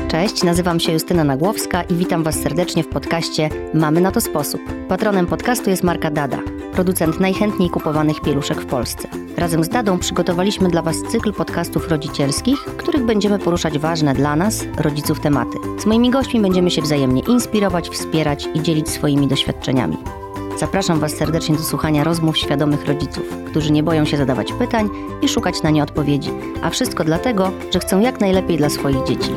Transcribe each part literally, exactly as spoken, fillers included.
Cześć, nazywam się Justyna Nagłowska i witam Was serdecznie w podcaście Mamy na to sposób. Patronem podcastu jest marka Dada, producent najchętniej kupowanych pieluszek w Polsce. Razem z Dadą przygotowaliśmy dla Was cykl podcastów rodzicielskich, w których będziemy poruszać ważne dla nas, rodziców, tematy. Z moimi gośćmi będziemy się wzajemnie inspirować, wspierać i dzielić swoimi doświadczeniami. Zapraszam Was serdecznie do słuchania rozmów świadomych rodziców, którzy nie boją się zadawać pytań i szukać na nie odpowiedzi, a wszystko dlatego, że chcą jak najlepiej dla swoich dzieci.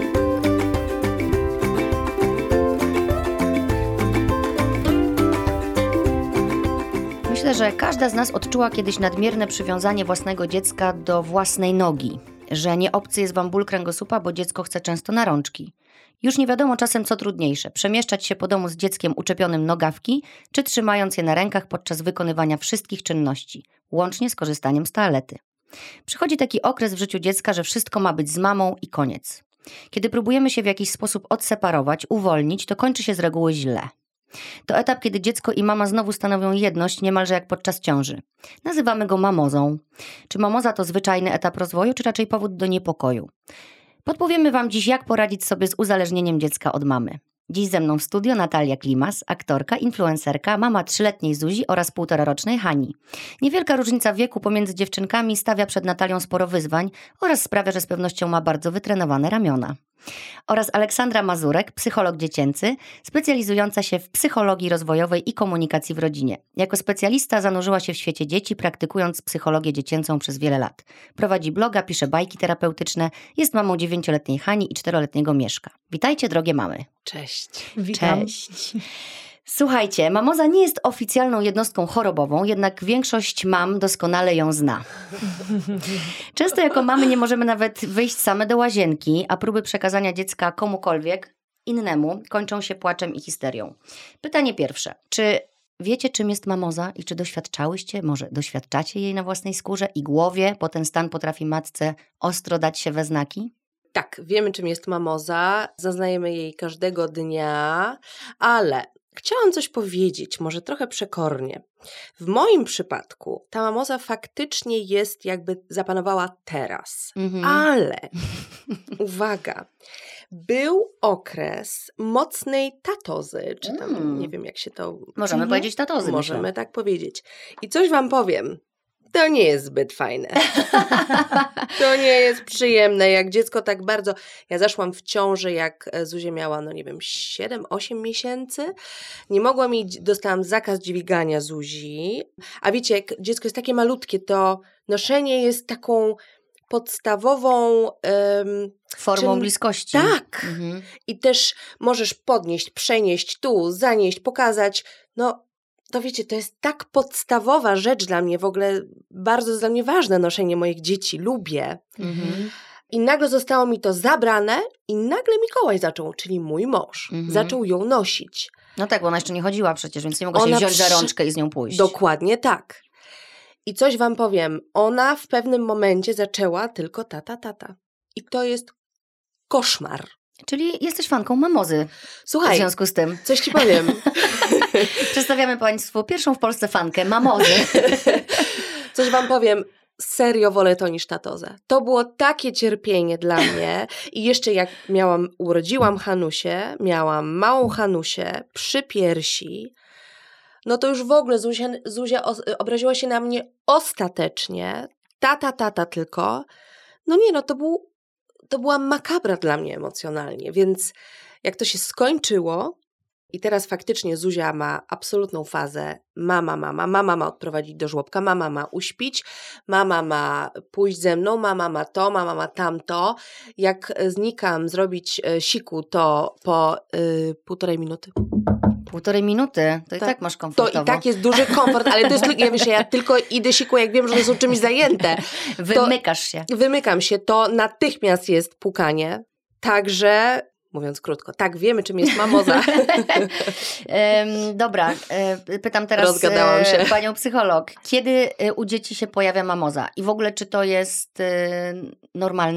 Myślę, że każda z nas odczuła kiedyś nadmierne przywiązanie własnego dziecka do własnej nogi, że nie obcy jest Wam ból kręgosłupa, bo dziecko chce często na rączki. Już nie wiadomo czasem co trudniejsze, przemieszczać się po domu z dzieckiem uczepionym nogawki, czy trzymając je na rękach podczas wykonywania wszystkich czynności, łącznie z korzystaniem z toalety. Przychodzi taki okres w życiu dziecka, że wszystko ma być z mamą i koniec. Kiedy próbujemy się w jakiś sposób odseparować, uwolnić, to kończy się z reguły źle. To etap, kiedy dziecko i mama znowu stanowią jedność, niemalże jak podczas ciąży. Nazywamy go mamozą. Czy mamoza to zwyczajny etap rozwoju, czy raczej powód do niepokoju? Podpowiemy Wam dziś, jak poradzić sobie z uzależnieniem dziecka od mamy. Dziś ze mną w studio Natalia Klimas, aktorka, influencerka, mama trzyletniej Zuzi oraz półtorarocznej Hani. Niewielka różnica wieku pomiędzy dziewczynkami stawia przed Natalią sporo wyzwań oraz sprawia, że z pewnością ma bardzo wytrenowane ramiona. Oraz Aleksandra Mazurek, psycholog dziecięcy, specjalizująca się w psychologii rozwojowej i komunikacji w rodzinie. Jako specjalista zanurzyła się w świecie dzieci, praktykując psychologię dziecięcą przez wiele lat. Prowadzi bloga, pisze bajki terapeutyczne, jest mamą dziewięcioletniej Hani i czteroletniego Mieszka. Witajcie, drogie mamy. Cześć. Witam. Cześć. Słuchajcie, mamoza nie jest oficjalną jednostką chorobową, jednak większość mam doskonale ją zna. Często jako mamy nie możemy nawet wyjść same do łazienki, a próby przekazania dziecka komukolwiek innemu kończą się płaczem i histerią. Pytanie pierwsze. Czy wiecie, czym jest mamoza i czy doświadczałyście, może doświadczacie jej na własnej skórze i głowie, bo ten stan potrafi matce ostro dać się we znaki? Tak, wiemy, czym jest mamoza, zaznajemy jej każdego dnia, ale chciałam coś powiedzieć, może trochę przekornie. W moim przypadku ta mamoza faktycznie jest, jakby zapanowała teraz, mhm. ale uwaga, był okres mocnej tatozy, czy tam mm. nie wiem jak się to... Możemy mhm. powiedzieć tatozy. Możemy myślę. tak powiedzieć. I coś Wam powiem. To nie jest zbyt fajne. To nie jest przyjemne, jak dziecko tak bardzo... Ja zaszłam w ciąży, jak Zuzia miała, no nie wiem, siedem osiem miesięcy. Nie mogłam jej... Dostałam zakaz dźwigania Zuzi. A wiecie, jak dziecko jest takie malutkie, to noszenie jest taką podstawową... Um, Formą czym... bliskości. Tak. Mhm. I też możesz podnieść, przenieść tu, zanieść, pokazać. No... To wiecie, to jest tak podstawowa rzecz dla mnie, w ogóle bardzo jest dla mnie ważne noszenie moich dzieci, lubię. Mhm. I nagle zostało mi to zabrane i nagle Mikołaj zaczął, czyli mój mąż, mhm. zaczął ją nosić. No tak, bo ona jeszcze nie chodziła przecież, więc nie mogła ona się wziąć przy... za rączkę i z nią pójść. Dokładnie tak. I coś Wam powiem, ona w pewnym momencie zaczęła tylko tata, tata. I to jest koszmar. Czyli jesteś fanką mamozy. Słuchaj, w związku z tym. Coś Ci powiem. Przedstawiamy Państwu pierwszą w Polsce fankę mamozy. Coś Wam powiem. Serio wolę to niż tatozę. To było takie cierpienie dla mnie. I jeszcze jak miałam, urodziłam Hanusię, miałam małą Hanusię przy piersi, no to już w ogóle Zuzia, Zuzia obraziła się na mnie ostatecznie. Tata, tata tylko. No nie, no to był To była makabra dla mnie emocjonalnie, więc jak to się skończyło i teraz faktycznie Zuzia ma absolutną fazę mama, mama, mama ma odprowadzić do żłobka, mama ma uśpić, mama ma pójść ze mną, mama ma to, mama ma tamto. Jak znikam zrobić siku, to po y, półtorej minuty. Półtorej minuty? To tak, i tak masz komfortowo. To i tak jest duży komfort, ale to jest, ja wiesz, ja tylko idę siku, jak wiem, że one są czymś zajęte. Wymykasz się. Wymykam się, to natychmiast jest pukanie. Także, mówiąc krótko, tak, wiemy, czym jest mamoza. um, dobra, pytam teraz Rozgadałam się. panią psycholog. Kiedy u dzieci się pojawia mamoza? I w ogóle czy to jest normalne?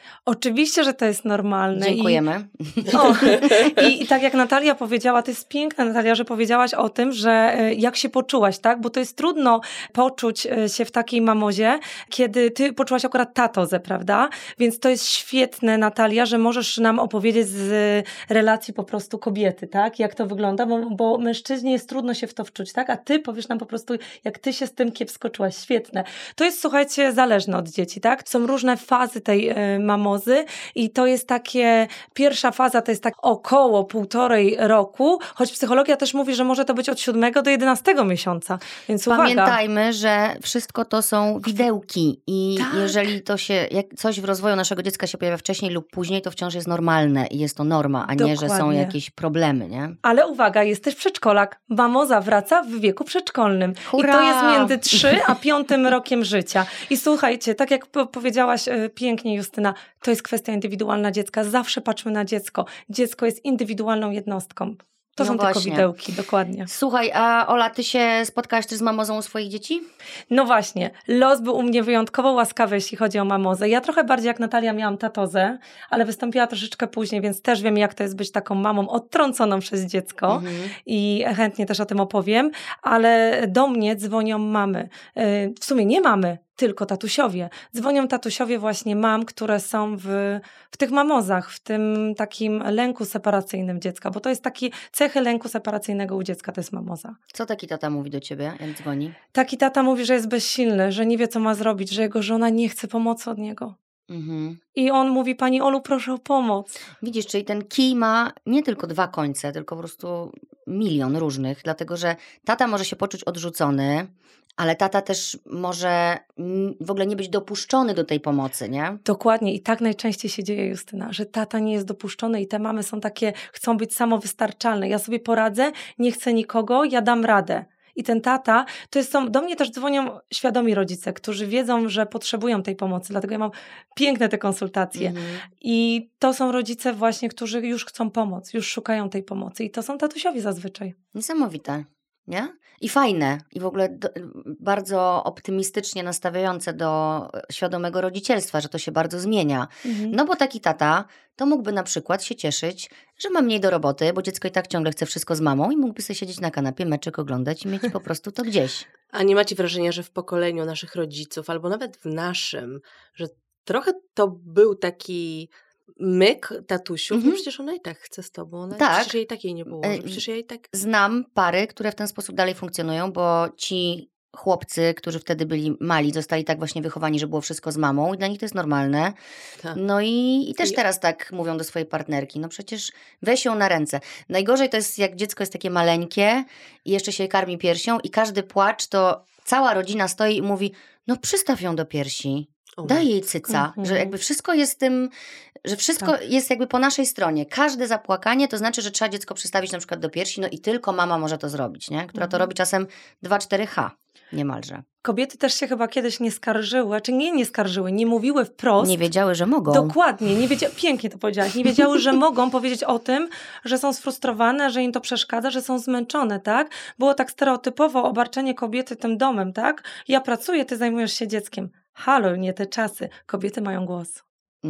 Oczywiście, że to jest normalne. Dziękujemy. I, o, i, I tak jak Natalia powiedziała, to jest piękne, Natalia, że powiedziałaś o tym, że jak się poczułaś, tak? Bo to jest trudno poczuć się w takiej mamozie, kiedy ty poczułaś akurat tatozę, prawda? Więc to jest świetne, Natalia, że możesz nam opowiedzieć z relacji po prostu kobiety, tak? Jak to wygląda, bo, bo mężczyźnie jest trudno się w to wczuć, tak? A ty powiesz nam po prostu, jak ty się z tym kiepsko czułaś. Świetne. To jest, słuchajcie, zależne od dzieci, tak? Są różne fazy tej y, mamozy i to jest takie, pierwsza faza to jest tak około półtorej roku, choć psychologia też mówi, że może to być od siódmego do jedenastego miesiąca, więc uwaga. Pamiętajmy, że wszystko to są widełki i tak. jeżeli to się, jak coś w rozwoju naszego dziecka się pojawia wcześniej lub później, to wciąż jest normalne i jest to norma, a nie, że są jakieś problemy, nie? Ale uwaga, jest też przedszkolak. Mamoza wraca w wieku przedszkolnym. Hurra! I to jest między trzy a piątym rokiem życia. I słuchajcie, tak jak powiedziałaś pięknie, Justyna, to jest kwestia indywidualna dziecka. Zawsze patrzmy na dziecko. Dziecko jest indywidualną jednostką. To no są właśnie. tylko widełki, dokładnie. Słuchaj, a Ola, ty się spotkałaś też z mamozą u swoich dzieci? No właśnie, los był u mnie wyjątkowo łaskawy, jeśli chodzi o mamozę. Ja trochę bardziej jak Natalia miałam tatozę, ale wystąpiła troszeczkę później, więc też wiem, jak to jest być taką mamą odtrąconą przez dziecko mhm. i chętnie też o tym opowiem, ale do mnie dzwonią mamy. W sumie nie mamy, tylko tatusiowie. Dzwonią tatusiowie właśnie mam, które są w, w tych mamozach, w tym takim lęku separacyjnym dziecka, bo to jest taki cechy lęku separacyjnego u dziecka, to jest mamoza. Co taki tata mówi do ciebie, jak dzwoni? Taki tata mówi, że jest bezsilny, że nie wie, co ma zrobić, że jego żona nie chce pomocy od niego. Mhm. I on mówi, pani Olu, proszę o pomoc. Widzisz, czyli ten kij ma nie tylko dwa końce, tylko po prostu milion różnych, dlatego że tata może się poczuć odrzucony, ale tata też może w ogóle nie być dopuszczony do tej pomocy, nie? Dokładnie i tak najczęściej się dzieje, Justyna, że tata nie jest dopuszczony i te mamy są takie, chcą być samowystarczalne. Ja sobie poradzę, nie chcę nikogo, ja dam radę. I ten tata, to jest, są, do mnie też dzwonią świadomi rodzice, którzy wiedzą, że potrzebują tej pomocy, dlatego ja mam piękne te konsultacje. Mhm. I to są rodzice właśnie, którzy już chcą pomóc, już szukają tej pomocy i to są tatusiowie zazwyczaj. Niesamowite, nie? I fajne, i w ogóle do, bardzo optymistycznie nastawiające do świadomego rodzicielstwa, że to się bardzo zmienia. Mhm. No bo taki tata to mógłby na przykład się cieszyć, że ma mniej do roboty, bo dziecko i tak ciągle chce wszystko z mamą i mógłby sobie siedzieć na kanapie, meczek oglądać i mieć po prostu to gdzieś. A nie macie wrażenia, że w pokoleniu naszych rodziców, albo nawet w naszym, że trochę to był taki myk tatusiów, mm-hmm. no przecież ona i tak chce z tobą, ona, tak. przecież jej takiej nie było, przecież ja i tak... Znam pary, które w ten sposób dalej funkcjonują, bo ci chłopcy, którzy wtedy byli mali, zostali tak właśnie wychowani, że było wszystko z mamą i dla nich to jest normalne. Tak. No i, i też teraz tak mówią do swojej partnerki, no przecież weź ją na ręce. Najgorzej to jest, jak dziecko jest takie maleńkie i jeszcze się karmi piersią i każdy płacz, to cała rodzina stoi i mówi, no przystaw ją do piersi. Daj jej cyca, mhm. że jakby wszystko jest tym, że wszystko tak. jest jakby po naszej stronie. Każde zapłakanie to znaczy, że trzeba dziecko przystawić na przykład do piersi, no i tylko mama może to zrobić, nie? Która to robi czasem dwa cztery H niemalże. Kobiety też się chyba kiedyś nie skarżyły, czy nie nie skarżyły, nie mówiły wprost. Nie wiedziały, że mogą. Dokładnie, nie wiedzia- pięknie to powiedziałaś, nie wiedziały, że mogą powiedzieć o tym, że są sfrustrowane, że im to przeszkadza, że są zmęczone, tak? Było tak stereotypowo obarczenie kobiety tym domem, tak? Ja pracuję, ty zajmujesz się dzieckiem. Halo, nie te czasy. Kobiety mają głos.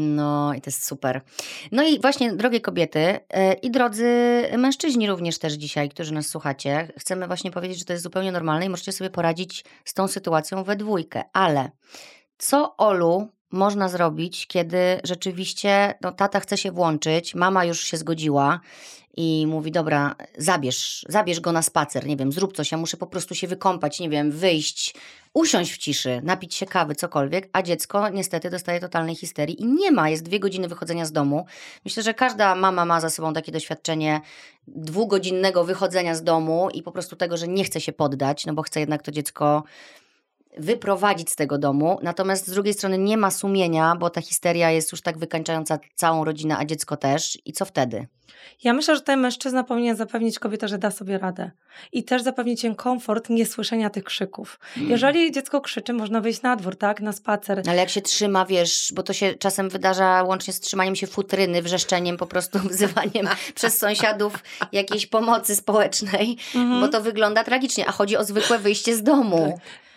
No i to jest super. No i właśnie, drogie kobiety yy, i drodzy mężczyźni również też dzisiaj, którzy nas słuchacie, chcemy właśnie powiedzieć, że to jest zupełnie normalne i możecie sobie poradzić z tą sytuacją we dwójkę. Ale co, Olu, można zrobić, kiedy rzeczywiście no, tata chce się włączyć, mama już się zgodziła i mówi, dobra, zabierz, zabierz go na spacer, nie wiem, zrób coś, ja muszę po prostu się wykąpać, nie wiem, wyjść, usiąść w ciszy, napić się kawy, cokolwiek, a dziecko niestety dostaje totalnej histerii i nie ma, jest dwie godziny wychodzenia z domu. Myślę, że każda mama ma za sobą takie doświadczenie dwugodzinnego wychodzenia z domu i po prostu tego, że nie chce się poddać, no bo chce jednak to dziecko wyprowadzić z tego domu, natomiast z drugiej strony nie ma sumienia, bo ta histeria jest już tak wykańczająca całą rodzinę, a dziecko też. I co wtedy? Ja myślę, że ten mężczyzna powinien zapewnić kobietę, że da sobie radę. I też zapewnić jej komfort niesłyszenia tych krzyków. Hmm. Jeżeli dziecko krzyczy, można wyjść na dwór, tak? Na spacer. Ale jak się trzyma, wiesz, bo to się czasem wydarza łącznie z trzymaniem się futryny, wrzeszczeniem, po prostu wzywaniem przez sąsiadów jakiejś pomocy społecznej, hmm. bo to wygląda tragicznie, a chodzi o zwykłe wyjście z domu. Tak.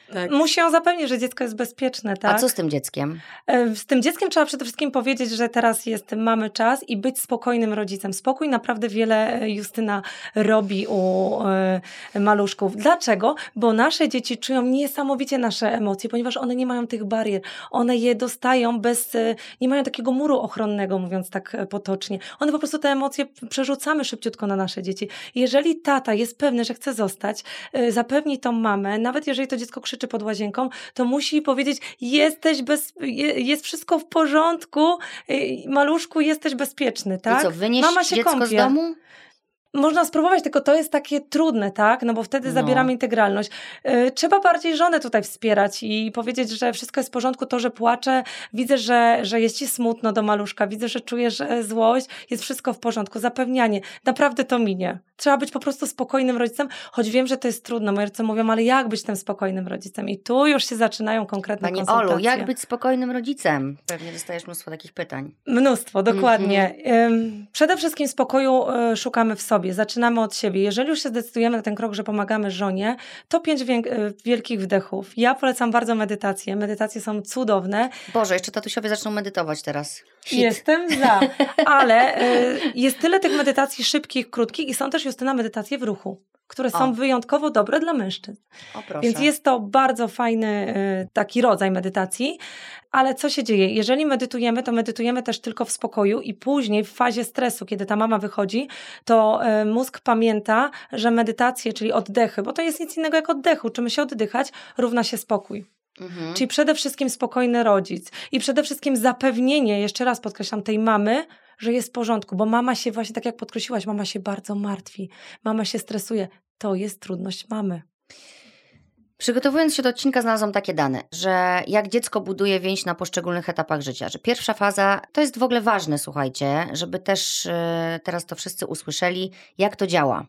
Tak. Musi ją zapewnić, że dziecko jest bezpieczne, tak? A co z tym dzieckiem? Z tym dzieckiem trzeba przede wszystkim powiedzieć, że teraz jest mamy czas i być spokojnym rodzicem. Spokój naprawdę wiele Justyna robi u y, maluszków. Dlaczego? Bo nasze dzieci czują niesamowicie nasze emocje, ponieważ one nie mają tych barier. One je dostają bez, y, nie mają takiego muru ochronnego, mówiąc tak potocznie. One po prostu te emocje przerzucamy szybciutko na nasze dzieci. Jeżeli tata jest pewny, że chce zostać, y, zapewni tą mamę, nawet jeżeli to dziecko krzyczy pod łazienką, to musi powiedzieć, jesteś bez, jest wszystko w porządku, maluszku, jesteś bezpieczny, tak? I co, wynieść Mama się dziecko kąpie. z domu? Można spróbować, tylko to jest takie trudne, tak? No bo wtedy No. zabieramy integralność. Yy, trzeba bardziej żonę tutaj wspierać i powiedzieć, że wszystko jest w porządku, to, że płacze, widzę, że, że jest ci smutno do maluszka, widzę, że czujesz złość, jest wszystko w porządku. Zapewnianie. Naprawdę to minie. Trzeba być po prostu spokojnym rodzicem, choć wiem, że to jest trudno. Moi rodzice mówią, ale jak być tym spokojnym rodzicem? I tu już się zaczynają konkretne Pani konsultacje. Olu, jak być spokojnym rodzicem? Pewnie dostajesz mnóstwo takich pytań. Mnóstwo, dokładnie. Mhm. Przede wszystkim spokoju y, szukamy w sobie, zaczynamy od siebie. Jeżeli już się zdecydujemy na ten krok, że pomagamy żonie, to pięć wiek- y, wielkich wdechów. Ja polecam bardzo medytacje. Medytacje są cudowne. Boże, jeszcze tatusiowie zaczną medytować teraz. Hit. Jestem za, ale y, jest tyle tych medytacji szybkich, krótkich i są też, Justyna, medytacje w ruchu, które są O. wyjątkowo dobre dla mężczyzn. O, proszę. Więc jest to bardzo fajny y, taki rodzaj medytacji, ale co się dzieje? Jeżeli medytujemy, to medytujemy też tylko w spokoju i później w fazie stresu, kiedy ta mama wychodzi, to y, mózg pamięta, że medytacje, czyli oddechy, bo to jest nic innego jak oddech, uczymy się oddychać, równa się spokój. Mhm. Czyli przede wszystkim spokojny rodzic i przede wszystkim zapewnienie, jeszcze raz podkreślam, tej mamy, że jest w porządku, bo mama się właśnie, tak jak podkreśliłaś, mama się bardzo martwi, mama się stresuje. To jest trudność mamy. Przygotowując się do odcinka znalazłam takie dane, że jak dziecko buduje więź na poszczególnych etapach życia, że pierwsza faza, to jest w ogóle ważne, słuchajcie, żeby też yy, teraz to wszyscy usłyszeli, jak to działa.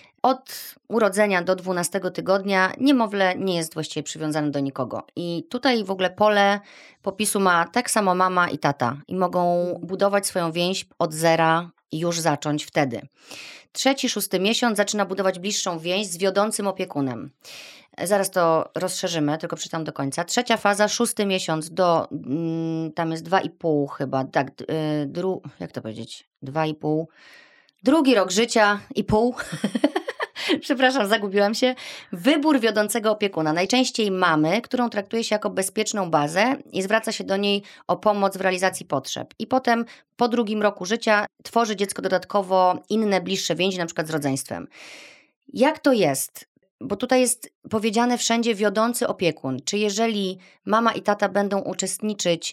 Od urodzenia do dwunastego tygodnia niemowlę nie jest właściwie przywiązane do nikogo. I tutaj w ogóle pole popisu ma tak samo mama i tata. I mogą budować swoją więź od zera i już zacząć wtedy. Trzeci, szósty miesiąc zaczyna budować bliższą więź z wiodącym opiekunem. Zaraz to rozszerzymy, tylko przeczytam do końca. Trzecia faza, szósty miesiąc do, mm, tam jest dwa i pół chyba, tak, yy, dru, jak to powiedzieć, dwa i pół, drugi rok życia i pół. Przepraszam, zagubiłam się. Wybór wiodącego opiekuna. Najczęściej mamy, którą traktuje się jako bezpieczną bazę i zwraca się do niej o pomoc w realizacji potrzeb. I potem po drugim roku życia tworzy dziecko dodatkowo inne, bliższe więzi, na przykład z rodzeństwem. Jak to jest? Bo tutaj jest powiedziane wszędzie wiodący opiekun. Czy jeżeli mama i tata będą uczestniczyć,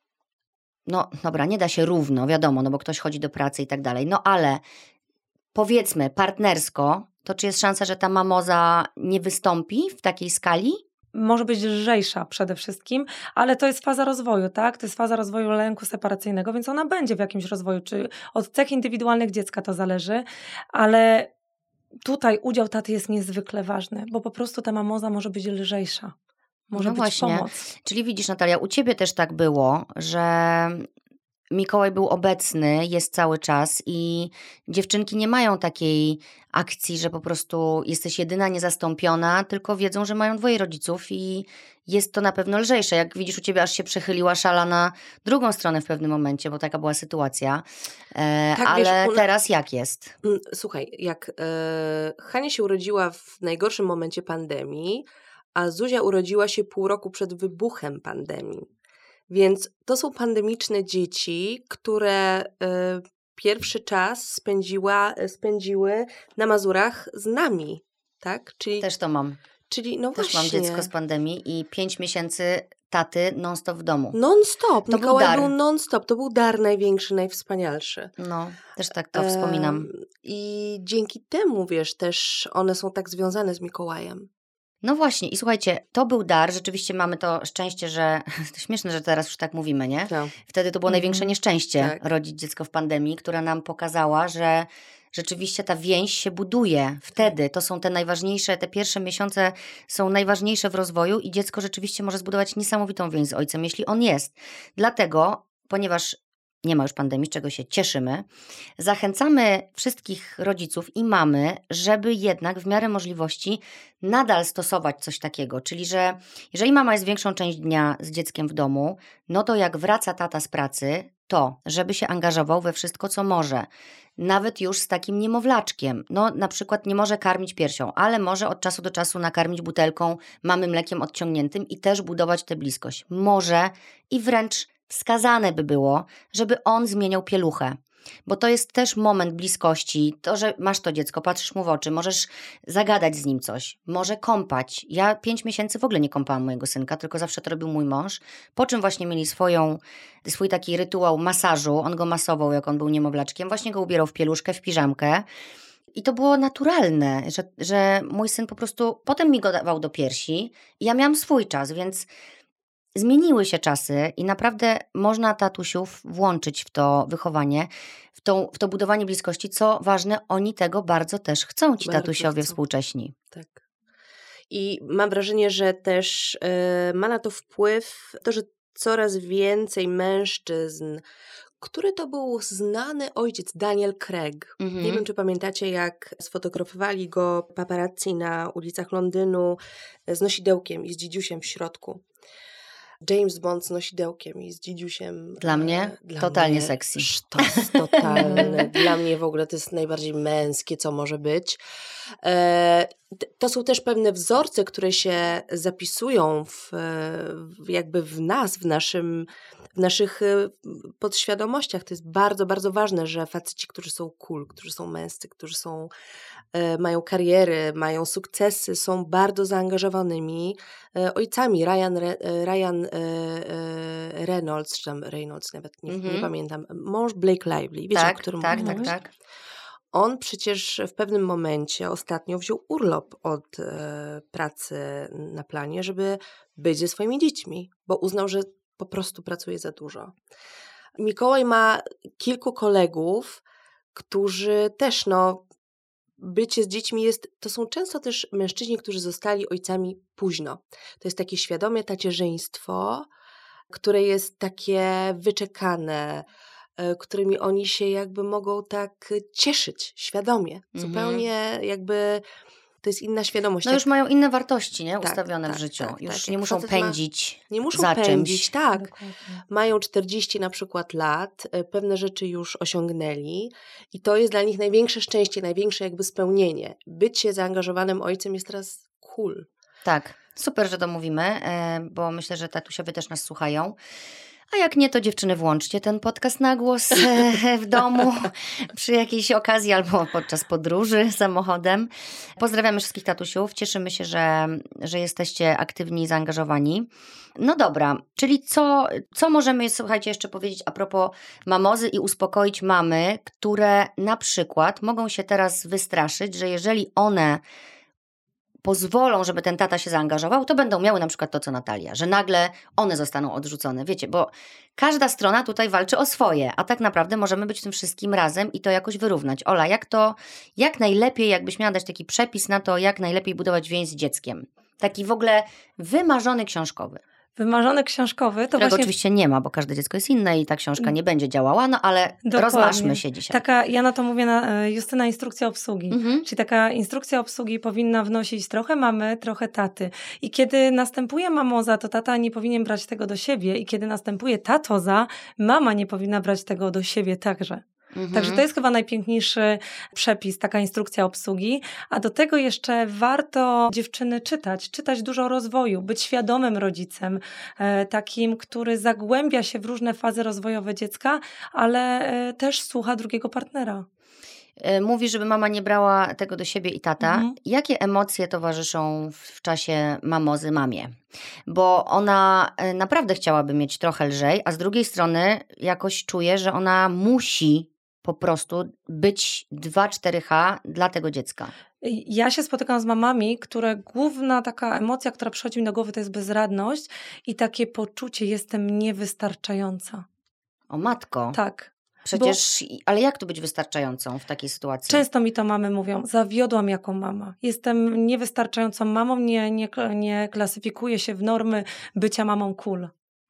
no dobra, nie da się równo, wiadomo, no bo ktoś chodzi do pracy i tak dalej, no ale powiedzmy partnersko, to czy jest szansa, że ta mamoza nie wystąpi w takiej skali? Może być lżejsza przede wszystkim, ale to jest faza rozwoju, tak? To jest faza rozwoju lęku separacyjnego, więc ona będzie w jakimś rozwoju, czy od cech indywidualnych dziecka to zależy, ale tutaj udział taty jest niezwykle ważny, bo po prostu ta mamoza może być lżejsza. Może No być właśnie. pomoc. Czyli widzisz, Natalia, u ciebie też tak było, że Mikołaj był obecny, jest cały czas i dziewczynki nie mają takiej akcji, że po prostu jesteś jedyna, niezastąpiona, tylko wiedzą, że mają dwoje rodziców i jest to na pewno lżejsze. Jak widzisz, u ciebie aż się przechyliła szala na drugą stronę w pewnym momencie, bo taka była sytuacja. E, Tak, ale wiesz, u- teraz jak jest? Słuchaj, jak e, Hania się urodziła w najgorszym momencie pandemii, a Zuzia urodziła się pół roku przed wybuchem pandemii. Więc to są pandemiczne dzieci, które e, pierwszy czas spędziła, spędziły na Mazurach z nami, tak? Czyli, Też to mam. czyli no Też właśnie. mam dziecko z pandemii i pięć miesięcy taty non-stop w domu. Non-stop. To był Mikołaj dar. był non-stop. To był dar największy, najwspanialszy. No, też tak to wspominam. Em, I dzięki temu, wiesz, też one są tak związane z Mikołajem. No właśnie i słuchajcie, to był dar, rzeczywiście mamy to szczęście, że, to śmieszne, że teraz już tak mówimy, nie? Tak. Wtedy to było Mhm. największe nieszczęście, Tak. rodzić dziecko w pandemii, która nam pokazała, że rzeczywiście ta więź się buduje wtedy. To są te najważniejsze, te pierwsze miesiące są najważniejsze w rozwoju i dziecko rzeczywiście może zbudować niesamowitą więź z ojcem, jeśli on jest. Dlatego, ponieważ nie ma już pandemii, z czego się cieszymy, zachęcamy wszystkich rodziców i mamy, żeby jednak w miarę możliwości nadal stosować coś takiego. Czyli, że jeżeli mama jest większą część dnia z dzieckiem w domu, no to jak wraca tata z pracy, to żeby się angażował we wszystko, co może. Nawet już z takim niemowlaczkiem. No na przykład nie może karmić piersią, ale może od czasu do czasu nakarmić butelką mamy mlekiem odciągniętym i też budować tę bliskość. Może i wręcz wskazane by było, żeby on zmieniał pieluchę. Bo to jest też moment bliskości, to, że masz to dziecko, patrzysz mu w oczy, możesz zagadać z nim coś, może kąpać. Ja pięć miesięcy w ogóle nie kąpałam mojego synka, tylko zawsze to robił mój mąż, po czym właśnie mieli swoją, swój taki rytuał masażu, on go masował, jak on był niemowlaczkiem, właśnie go ubierał w pieluszkę, w piżamkę. I to było naturalne, że, że mój syn po prostu, potem mi go dawał do piersi i ja miałam swój czas, więc zmieniły się czasy i naprawdę można tatusiów włączyć w to wychowanie, w to, w to budowanie bliskości. Co ważne, oni tego bardzo też chcą, ci Bardzo tatusiowie chcą. współcześni. Tak. I mam wrażenie, że też y, ma na to wpływ to, że coraz więcej mężczyzn, który to był znany ojciec, Daniel Craig. Mhm. Nie wiem, czy pamiętacie, jak sfotografowali go paparazzi na ulicach Londynu z nosidełkiem i z dzidziusiem w środku. James Bond z nosidełkiem i z dzidziusiem. Dla mnie Dla totalnie mnie sexy. Sztos totalny. Dla mnie w ogóle to jest najbardziej męskie, co może być. E, to są też pewne wzorce, które się zapisują w, w jakby w nas, w naszym w naszych podświadomościach. To jest bardzo, bardzo ważne, że faceci, którzy są cool, którzy są męscy, którzy są, e, mają kariery, mają sukcesy, są bardzo zaangażowanymi e, ojcami. Ryan, Re, Ryan e, e, Reynolds, czy tam Reynolds, nawet nie, Mhm. nie pamiętam, mąż Blake Lively, wiecie, Tak, o którym tak, mówię? tak, tak. On przecież w pewnym momencie ostatnio wziął urlop od e, pracy na planie, żeby być ze swoimi dziećmi, bo uznał, że po prostu pracuje za dużo. Mikołaj ma kilku kolegów, którzy też, no, bycie z dziećmi jest, to są często też mężczyźni, którzy zostali ojcami późno. To jest takie świadome tacierzyństwo, które jest takie wyczekane, którymi oni się jakby mogą tak cieszyć świadomie. Mhm. Zupełnie jakby to jest inna świadomość. No tak, już mają inne wartości, nie? Tak, Ustawione tak, w życiu. tak, już tak. nie Jak muszą facet ma- pędzić nie muszą za pędzić, czymś. tak. Dokładnie. Mają czterdzieści na przykład lat, e, pewne rzeczy już osiągnęli i to jest dla nich największe szczęście, największe jakby spełnienie. Bycie zaangażowanym ojcem jest teraz cool. Tak, super, że to mówimy, e, bo myślę, że tatusiowie też nas słuchają. A jak nie, to dziewczyny włączcie ten podcast na głos e, w domu przy jakiejś okazji albo podczas podróży samochodem. Pozdrawiamy wszystkich tatusiów. Cieszymy się, że, że jesteście aktywni i zaangażowani. No dobra, czyli co, co możemy, słuchajcie, jeszcze powiedzieć a propos mamozy i uspokoić mamy, które na przykład mogą się teraz wystraszyć, że jeżeli one pozwolą, żeby ten tata się zaangażował, to będą miały na przykład to, co Natalia, że nagle one zostaną odrzucone. Wiecie, bo każda strona tutaj walczy o swoje, a tak naprawdę możemy być w tym wszystkim razem i to jakoś wyrównać. Ola, jak to, jak najlepiej, jakbyś miała dać taki przepis na to, jak najlepiej budować więź z dzieckiem? Taki w ogóle wymarzony książkowy. Wymarzony książkowy to Którego właśnie... oczywiście nie ma, bo każde dziecko jest inne i ta książka nie będzie działała, no ale Dokładnie. rozmaszmy się dzisiaj. Taka, ja na to mówię, na, e, Justyna, instrukcja obsługi. Mhm. Czyli taka instrukcja obsługi powinna wnosić trochę mamy, trochę taty. I kiedy następuje mamoza, to tata nie powinien brać tego do siebie. I kiedy następuje tatoza, mama nie powinna brać tego do siebie także. Mhm. Także to jest chyba najpiękniejszy przepis, taka instrukcja obsługi. A do tego jeszcze warto dziewczyny czytać, czytać dużo o rozwoju, być świadomym rodzicem, e, takim, który zagłębia się w różne fazy rozwojowe dziecka, ale e, też słucha drugiego partnera. E, Mówi, żeby mama nie brała tego do siebie i tata. Mhm. Jakie emocje towarzyszą w, w czasie mamozy mamie? Bo ona e, naprawdę chciałaby mieć trochę lżej, a z drugiej strony jakoś czuje, że ona musi po prostu być dwa cztery H dla tego dziecka. Ja się spotykam z mamami, które główna taka emocja, która przychodzi mi do głowy, to jest bezradność i takie poczucie, jestem niewystarczająca. O matko. Tak. Przecież, ale jak tu być wystarczającą w takiej sytuacji? Często mi to mamy mówią, zawiodłam jako mama. Jestem niewystarczającą mamą, nie, nie, nie klasyfikuję się w normy bycia mamą cool.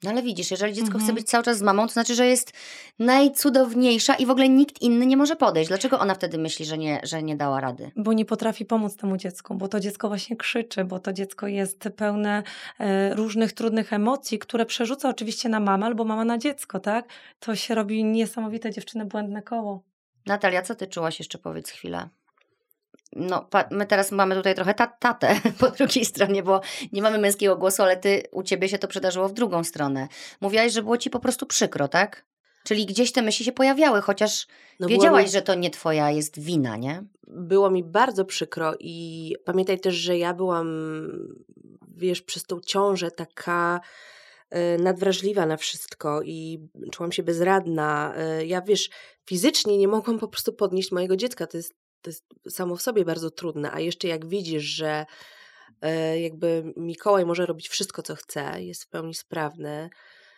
No ale widzisz, jeżeli dziecko Mhm. chce być cały czas z mamą, to znaczy, że jest najcudowniejsza i w ogóle nikt inny nie może podejść. Dlaczego ona wtedy myśli, że nie, że nie dała rady? Bo nie potrafi pomóc temu dziecku, bo to dziecko właśnie krzyczy, bo to dziecko jest pełne e, różnych trudnych emocji, które przerzuca oczywiście na mamę albo mama na dziecko, tak? To się robi niesamowite dziewczyny błędne koło. Natalia, co ty czułaś jeszcze? Powiedz chwilę. No, pa- my teraz mamy tutaj trochę ta- tatę po drugiej stronie, bo nie mamy męskiego głosu, ale ty, u ciebie się to przydarzyło w drugą stronę. Mówiłaś, że było ci po prostu przykro, tak? Czyli gdzieś te myśli się pojawiały, chociaż No było wiedziałaś, mi- że to nie twoja jest wina, nie? Było mi bardzo przykro i pamiętaj też, że ja byłam, wiesz, przez tą ciążę taka e, nadwrażliwa na wszystko i czułam się bezradna. E, ja, wiesz, fizycznie nie mogłam po prostu podnieść mojego dziecka. To jest, to jest samo w sobie bardzo trudne. A jeszcze jak widzisz, że e, jakby Mikołaj może robić wszystko, co chce, jest w pełni sprawny,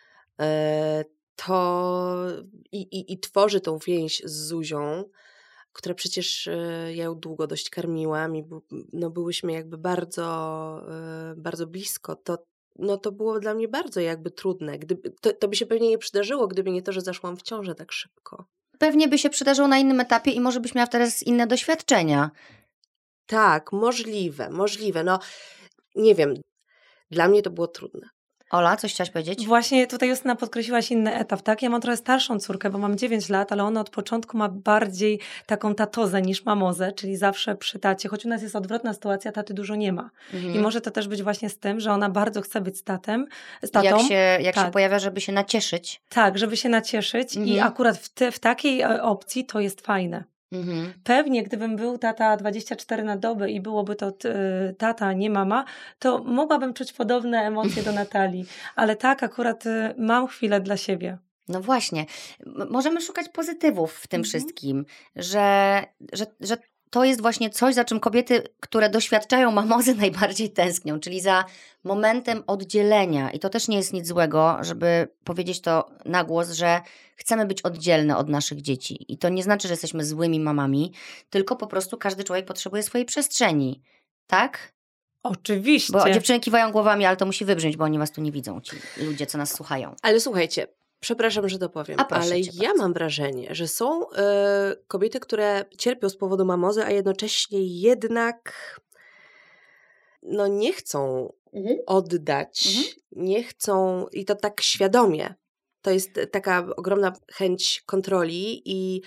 e, to i, i, i tworzy tą więź z Zuzią, która przecież e, ja ją długo dość karmiłam i bu, no, byłyśmy jakby bardzo, e, bardzo blisko, to, no, to było dla mnie bardzo jakby trudne. Gdyby, to, to by się pewnie nie przydarzyło, gdyby nie to, że zaszłam w ciążę tak szybko. Pewnie by się przydarzyło na innym etapie i może byś miała teraz inne doświadczenia. Tak, możliwe, możliwe. No nie wiem, dla mnie to było trudne. Ola, coś chciałaś powiedzieć? Właśnie tutaj Justyna podkreśliłaś inny etap, tak? Ja mam trochę starszą córkę, bo mam dziewięć lat, ale ona od początku ma bardziej taką tatozę niż mamozę, czyli zawsze przy tacie, choć u nas jest odwrotna sytuacja, taty dużo nie ma. Mhm. I może to też być właśnie z tym, że ona bardzo chce być z tatem, z tatą. Jak, się, jak się tak. pojawia, żeby się nacieszyć. Tak, żeby się nacieszyć i Mhm. akurat w, te, w takiej e, opcji to jest fajne. Mhm. Pewnie gdybym był tata dwadzieścia cztery na dobę i byłoby to t, tata, nie mama, to mogłabym czuć podobne emocje do Natalii. Ale tak, akurat y, mam chwilę dla siebie. No właśnie. M- możemy szukać pozytywów w tym Mhm. wszystkim, że, że, że to jest właśnie coś, za czym kobiety, które doświadczają mamozy, najbardziej tęsknią, czyli za momentem oddzielenia. I to też nie jest nic złego, żeby powiedzieć to na głos, że chcemy być oddzielne od naszych dzieci. I to nie znaczy, że jesteśmy złymi mamami, tylko po prostu każdy człowiek potrzebuje swojej przestrzeni. Tak? Oczywiście. Bo dziewczyny kiwają głowami, ale to musi wybrzmieć, bo oni was tu nie widzą, ci ludzie, co nas słuchają. Ale słuchajcie, przepraszam, że to powiem, A proszę ale cię ja bardzo. mam wrażenie, że są e, kobiety, które cierpią z powodu mamozy, a jednocześnie jednak no nie chcą oddać, Mhm. nie chcą i to tak świadomie. To jest taka ogromna chęć kontroli i,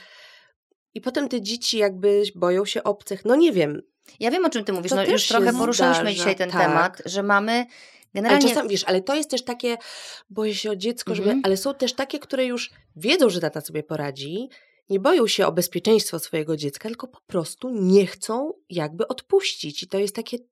i potem te dzieci jakby boją się obcych. No nie wiem, Ja wiem, o czym ty mówisz. To No, też już się trochę poruszyłyśmy zdarza, dzisiaj ten tak. temat, że mamy ale generalnie... czasem wiesz, ale to jest też takie, boję się o dziecko, żeby, Mhm. ale są też takie, które już wiedzą, że tata sobie poradzi, nie boją się o bezpieczeństwo swojego dziecka, tylko po prostu nie chcą jakby odpuścić i to jest takie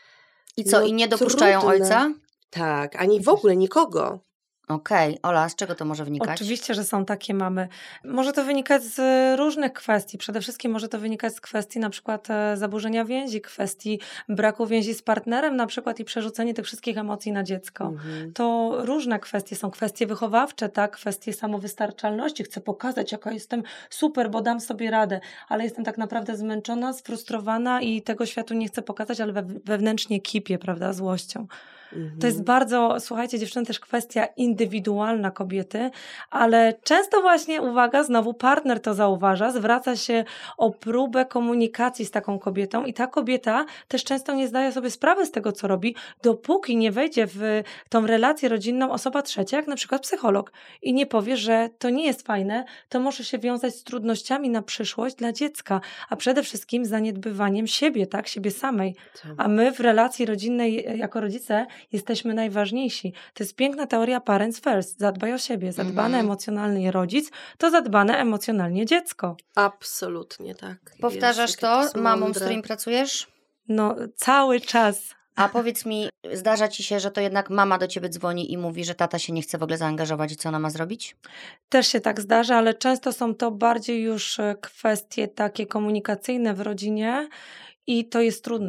I co, no, i nie dopuszczają trudne. ojca? Tak, ani w ogóle nikogo. Okej, Ola, z czego to może wynikać? Oczywiście, że są takie mamy. Może to wynikać z różnych kwestii. Przede wszystkim może to wynikać z kwestii na przykład e, zaburzenia więzi, kwestii braku więzi z partnerem na przykład i przerzucenie tych wszystkich emocji na dziecko. Mhm. To różne kwestie są. Kwestie wychowawcze, tak? Kwestie samowystarczalności. Chcę pokazać, jaka jestem super, bo dam sobie radę, ale jestem tak naprawdę zmęczona, sfrustrowana i tego światu nie chcę pokazać, ale we, wewnętrznie kipię, prawda, złością. To jest bardzo, słuchajcie, dziewczyny, też kwestia indywidualna kobiety, ale często właśnie, uwaga, znowu partner to zauważa, zwraca się o próbę komunikacji z taką kobietą i ta kobieta też często nie zdaje sobie sprawy z tego, co robi, dopóki nie wejdzie w tą relację rodzinną osoba trzecia, jak na przykład psycholog i nie powie, że to nie jest fajne, to może się wiązać z trudnościami na przyszłość dla dziecka, a przede wszystkim zaniedbywaniem siebie, tak, siebie samej. Tak. A my w relacji rodzinnej jako rodzice jesteśmy najważniejsi. To jest piękna teoria parents first. Zadbaj o siebie. Zadbany Mhm. emocjonalnie rodzic to zadbane emocjonalnie dziecko. Absolutnie tak. Powtarzasz Jezu, jakie to jest mamom, z mądre. którymi pracujesz? No cały czas. A powiedz mi, zdarza ci się, że to jednak mama do ciebie dzwoni i mówi, że tata się nie chce w ogóle zaangażować i co ona ma zrobić? Też się tak zdarza, ale często są to bardziej już e, kwestie takie komunikacyjne w rodzinie i to jest trudne.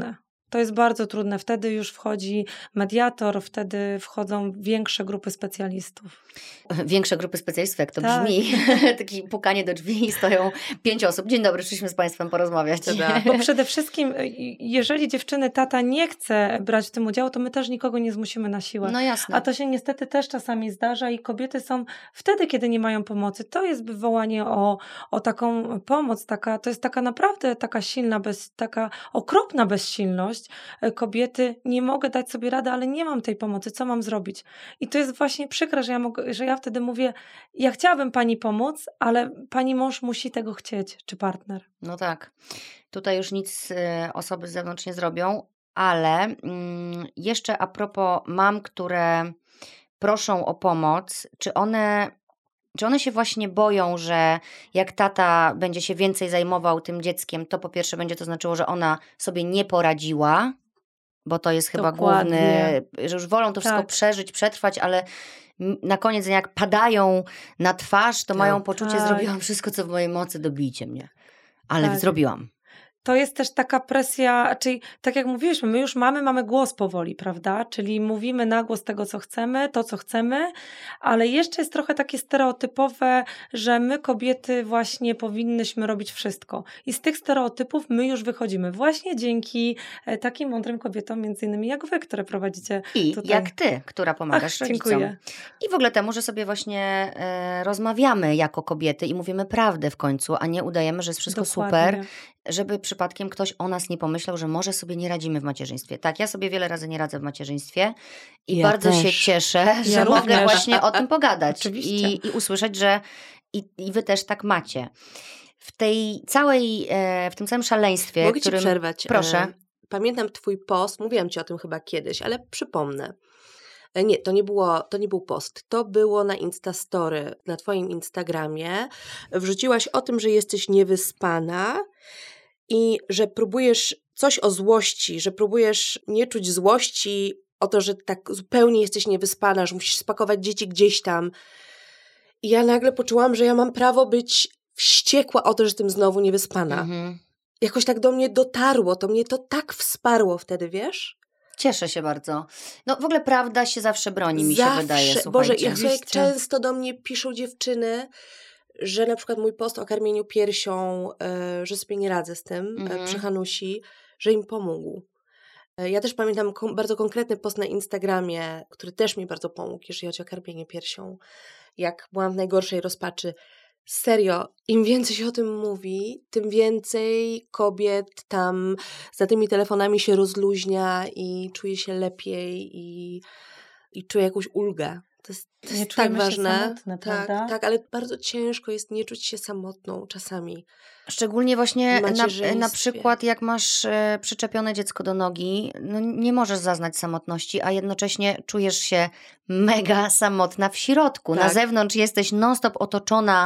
To jest bardzo trudne. Wtedy już wchodzi mediator, wtedy wchodzą większe grupy specjalistów. Większe grupy specjalistów, jak to Tak. brzmi. Takie pukanie do drzwi i stoją pięć osób. Dzień dobry, przyszliśmy z Państwem porozmawiać. Bo przede wszystkim, jeżeli dziewczyny, tata nie chce brać w tym udziału, to my też nikogo nie zmusimy na siłę. No jasne. A to się niestety też czasami zdarza i kobiety są wtedy, kiedy nie mają pomocy. To jest wywołanie o, o taką pomoc. Taka, to jest taka naprawdę taka silna, bez, taka okropna bezsilność. Kobiety, nie mogę dać sobie rady, ale nie mam tej pomocy. Co mam zrobić? I to jest właśnie przykre, że ja, mogę, że ja wtedy mówię, ja chciałabym pani pomóc, ale pani mąż musi tego chcieć, czy partner. No tak. Tutaj już nic y, osoby z zewnątrz nie zrobią, ale mm, jeszcze a propos mam, które proszą o pomoc, czy one, czy one się właśnie boją, że jak tata będzie się więcej zajmował tym dzieckiem, to po pierwsze będzie to znaczyło, że ona sobie nie poradziła, bo to jest chyba Dokładnie. główny, że już wolą to wszystko Tak. przeżyć, przetrwać, ale na koniec jak padają na twarz, to Tak. mają poczucie, Tak. zrobiłam wszystko, co w mojej mocy, dobijcie mnie. Ale Tak. zrobiłam. To jest też taka presja, czyli tak jak mówiliśmy, my już mamy, mamy głos powoli, prawda? Czyli mówimy na głos tego, co chcemy, to, co chcemy, ale jeszcze jest trochę takie stereotypowe, że my kobiety właśnie powinnyśmy robić wszystko. I z tych stereotypów my już wychodzimy właśnie dzięki e, takim mądrym kobietom, między innymi jak wy, które prowadzicie I tutaj. jak ty, która pomagasz Ach, rodzicom. dziękuję. I w ogóle temu, że sobie właśnie e, rozmawiamy jako kobiety i mówimy prawdę w końcu, a nie udajemy, że jest wszystko Dokładnie. super, żeby przypadkiem ktoś o nas nie pomyślał, że może sobie nie radzimy w macierzyństwie. Tak, ja sobie wiele razy nie radzę w macierzyństwie i Ja bardzo też. się cieszę, że Ja mogę również. właśnie o tym pogadać Oczywiście. i, i usłyszeć, że i, i wy też tak macie. W tej całej, e, w tym całym szaleństwie, Mogę którym... ci przerwać. Proszę. E, Pamiętam twój post, mówiłam ci o tym chyba kiedyś, ale przypomnę. E, Nie, to nie, było, to nie był post, to było na Instastory, na twoim Instagramie. Wrzuciłaś o tym, że jesteś niewyspana i że próbujesz coś o złości, że próbujesz nie czuć złości o to, że tak zupełnie jesteś niewyspana, że musisz spakować dzieci gdzieś tam. I ja nagle poczułam, że ja mam prawo być wściekła o to, że jestem znowu niewyspana. Mhm. Jakoś tak do mnie dotarło, to mnie to tak wsparło wtedy, wiesz? Cieszę się bardzo. No w ogóle prawda się zawsze broni, mi się Zawsze. wydaje, słuchajcie. Boże, jak sobie Oczywiście. często do mnie piszą dziewczyny, że na przykład mój post o karmieniu piersią, y, że sobie nie radzę z tym Mhm. y, przy Hanusi, że im pomógł. Y, ja też pamiętam kon- bardzo konkretny post na Instagramie, który też mi bardzo pomógł, jeżeli chodzi o karmienie piersią. Jak byłam w najgorszej rozpaczy. Serio, im więcej się o tym mówi, tym więcej kobiet tam za tymi telefonami się rozluźnia i czuje się lepiej i, i czuje jakąś ulgę. To jest, to Nie jest tak czujemy się ważne. samotne, tak, prawda? tak, ale bardzo ciężko jest nie czuć się samotną czasami. Szczególnie właśnie W na, macierzyństwie. na przykład jak masz e, przyczepione dziecko do nogi, no nie możesz zaznać samotności, a jednocześnie czujesz się mega samotna w środku. Na Tak. zewnątrz jesteś non-stop otoczona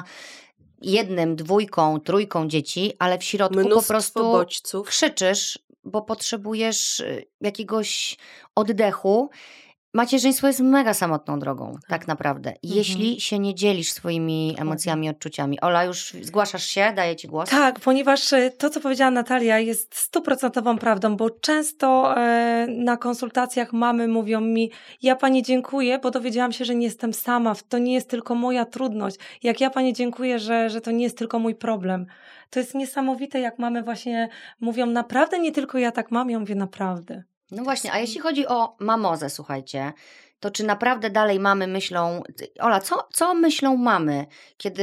jednym, dwójką, trójką dzieci, ale w środku Mnóstwo po prostu bodźców. krzyczysz, bo potrzebujesz e, jakiegoś oddechu. Macierzyństwo jest mega samotną drogą, tak naprawdę. Jeśli się nie dzielisz swoimi emocjami, odczuciami. Ola, już zgłaszasz się? Daję ci głos. Tak, ponieważ e, to, co powiedziała Natalia, jest stuprocentową prawdą, bo często e, na konsultacjach mamy mówią mi, ja pani dziękuję, bo dowiedziałam się, że nie jestem sama, to nie jest tylko moja trudność. Jak ja pani dziękuję, że, że to nie jest tylko mój problem. To jest niesamowite, jak mamy właśnie, mówią naprawdę nie tylko ja tak mam, ja mówię naprawdę. No właśnie, a jeśli chodzi o mamozę, słuchajcie, to czy naprawdę dalej mamy myślą... Ola, co, co myślą mamy, kiedy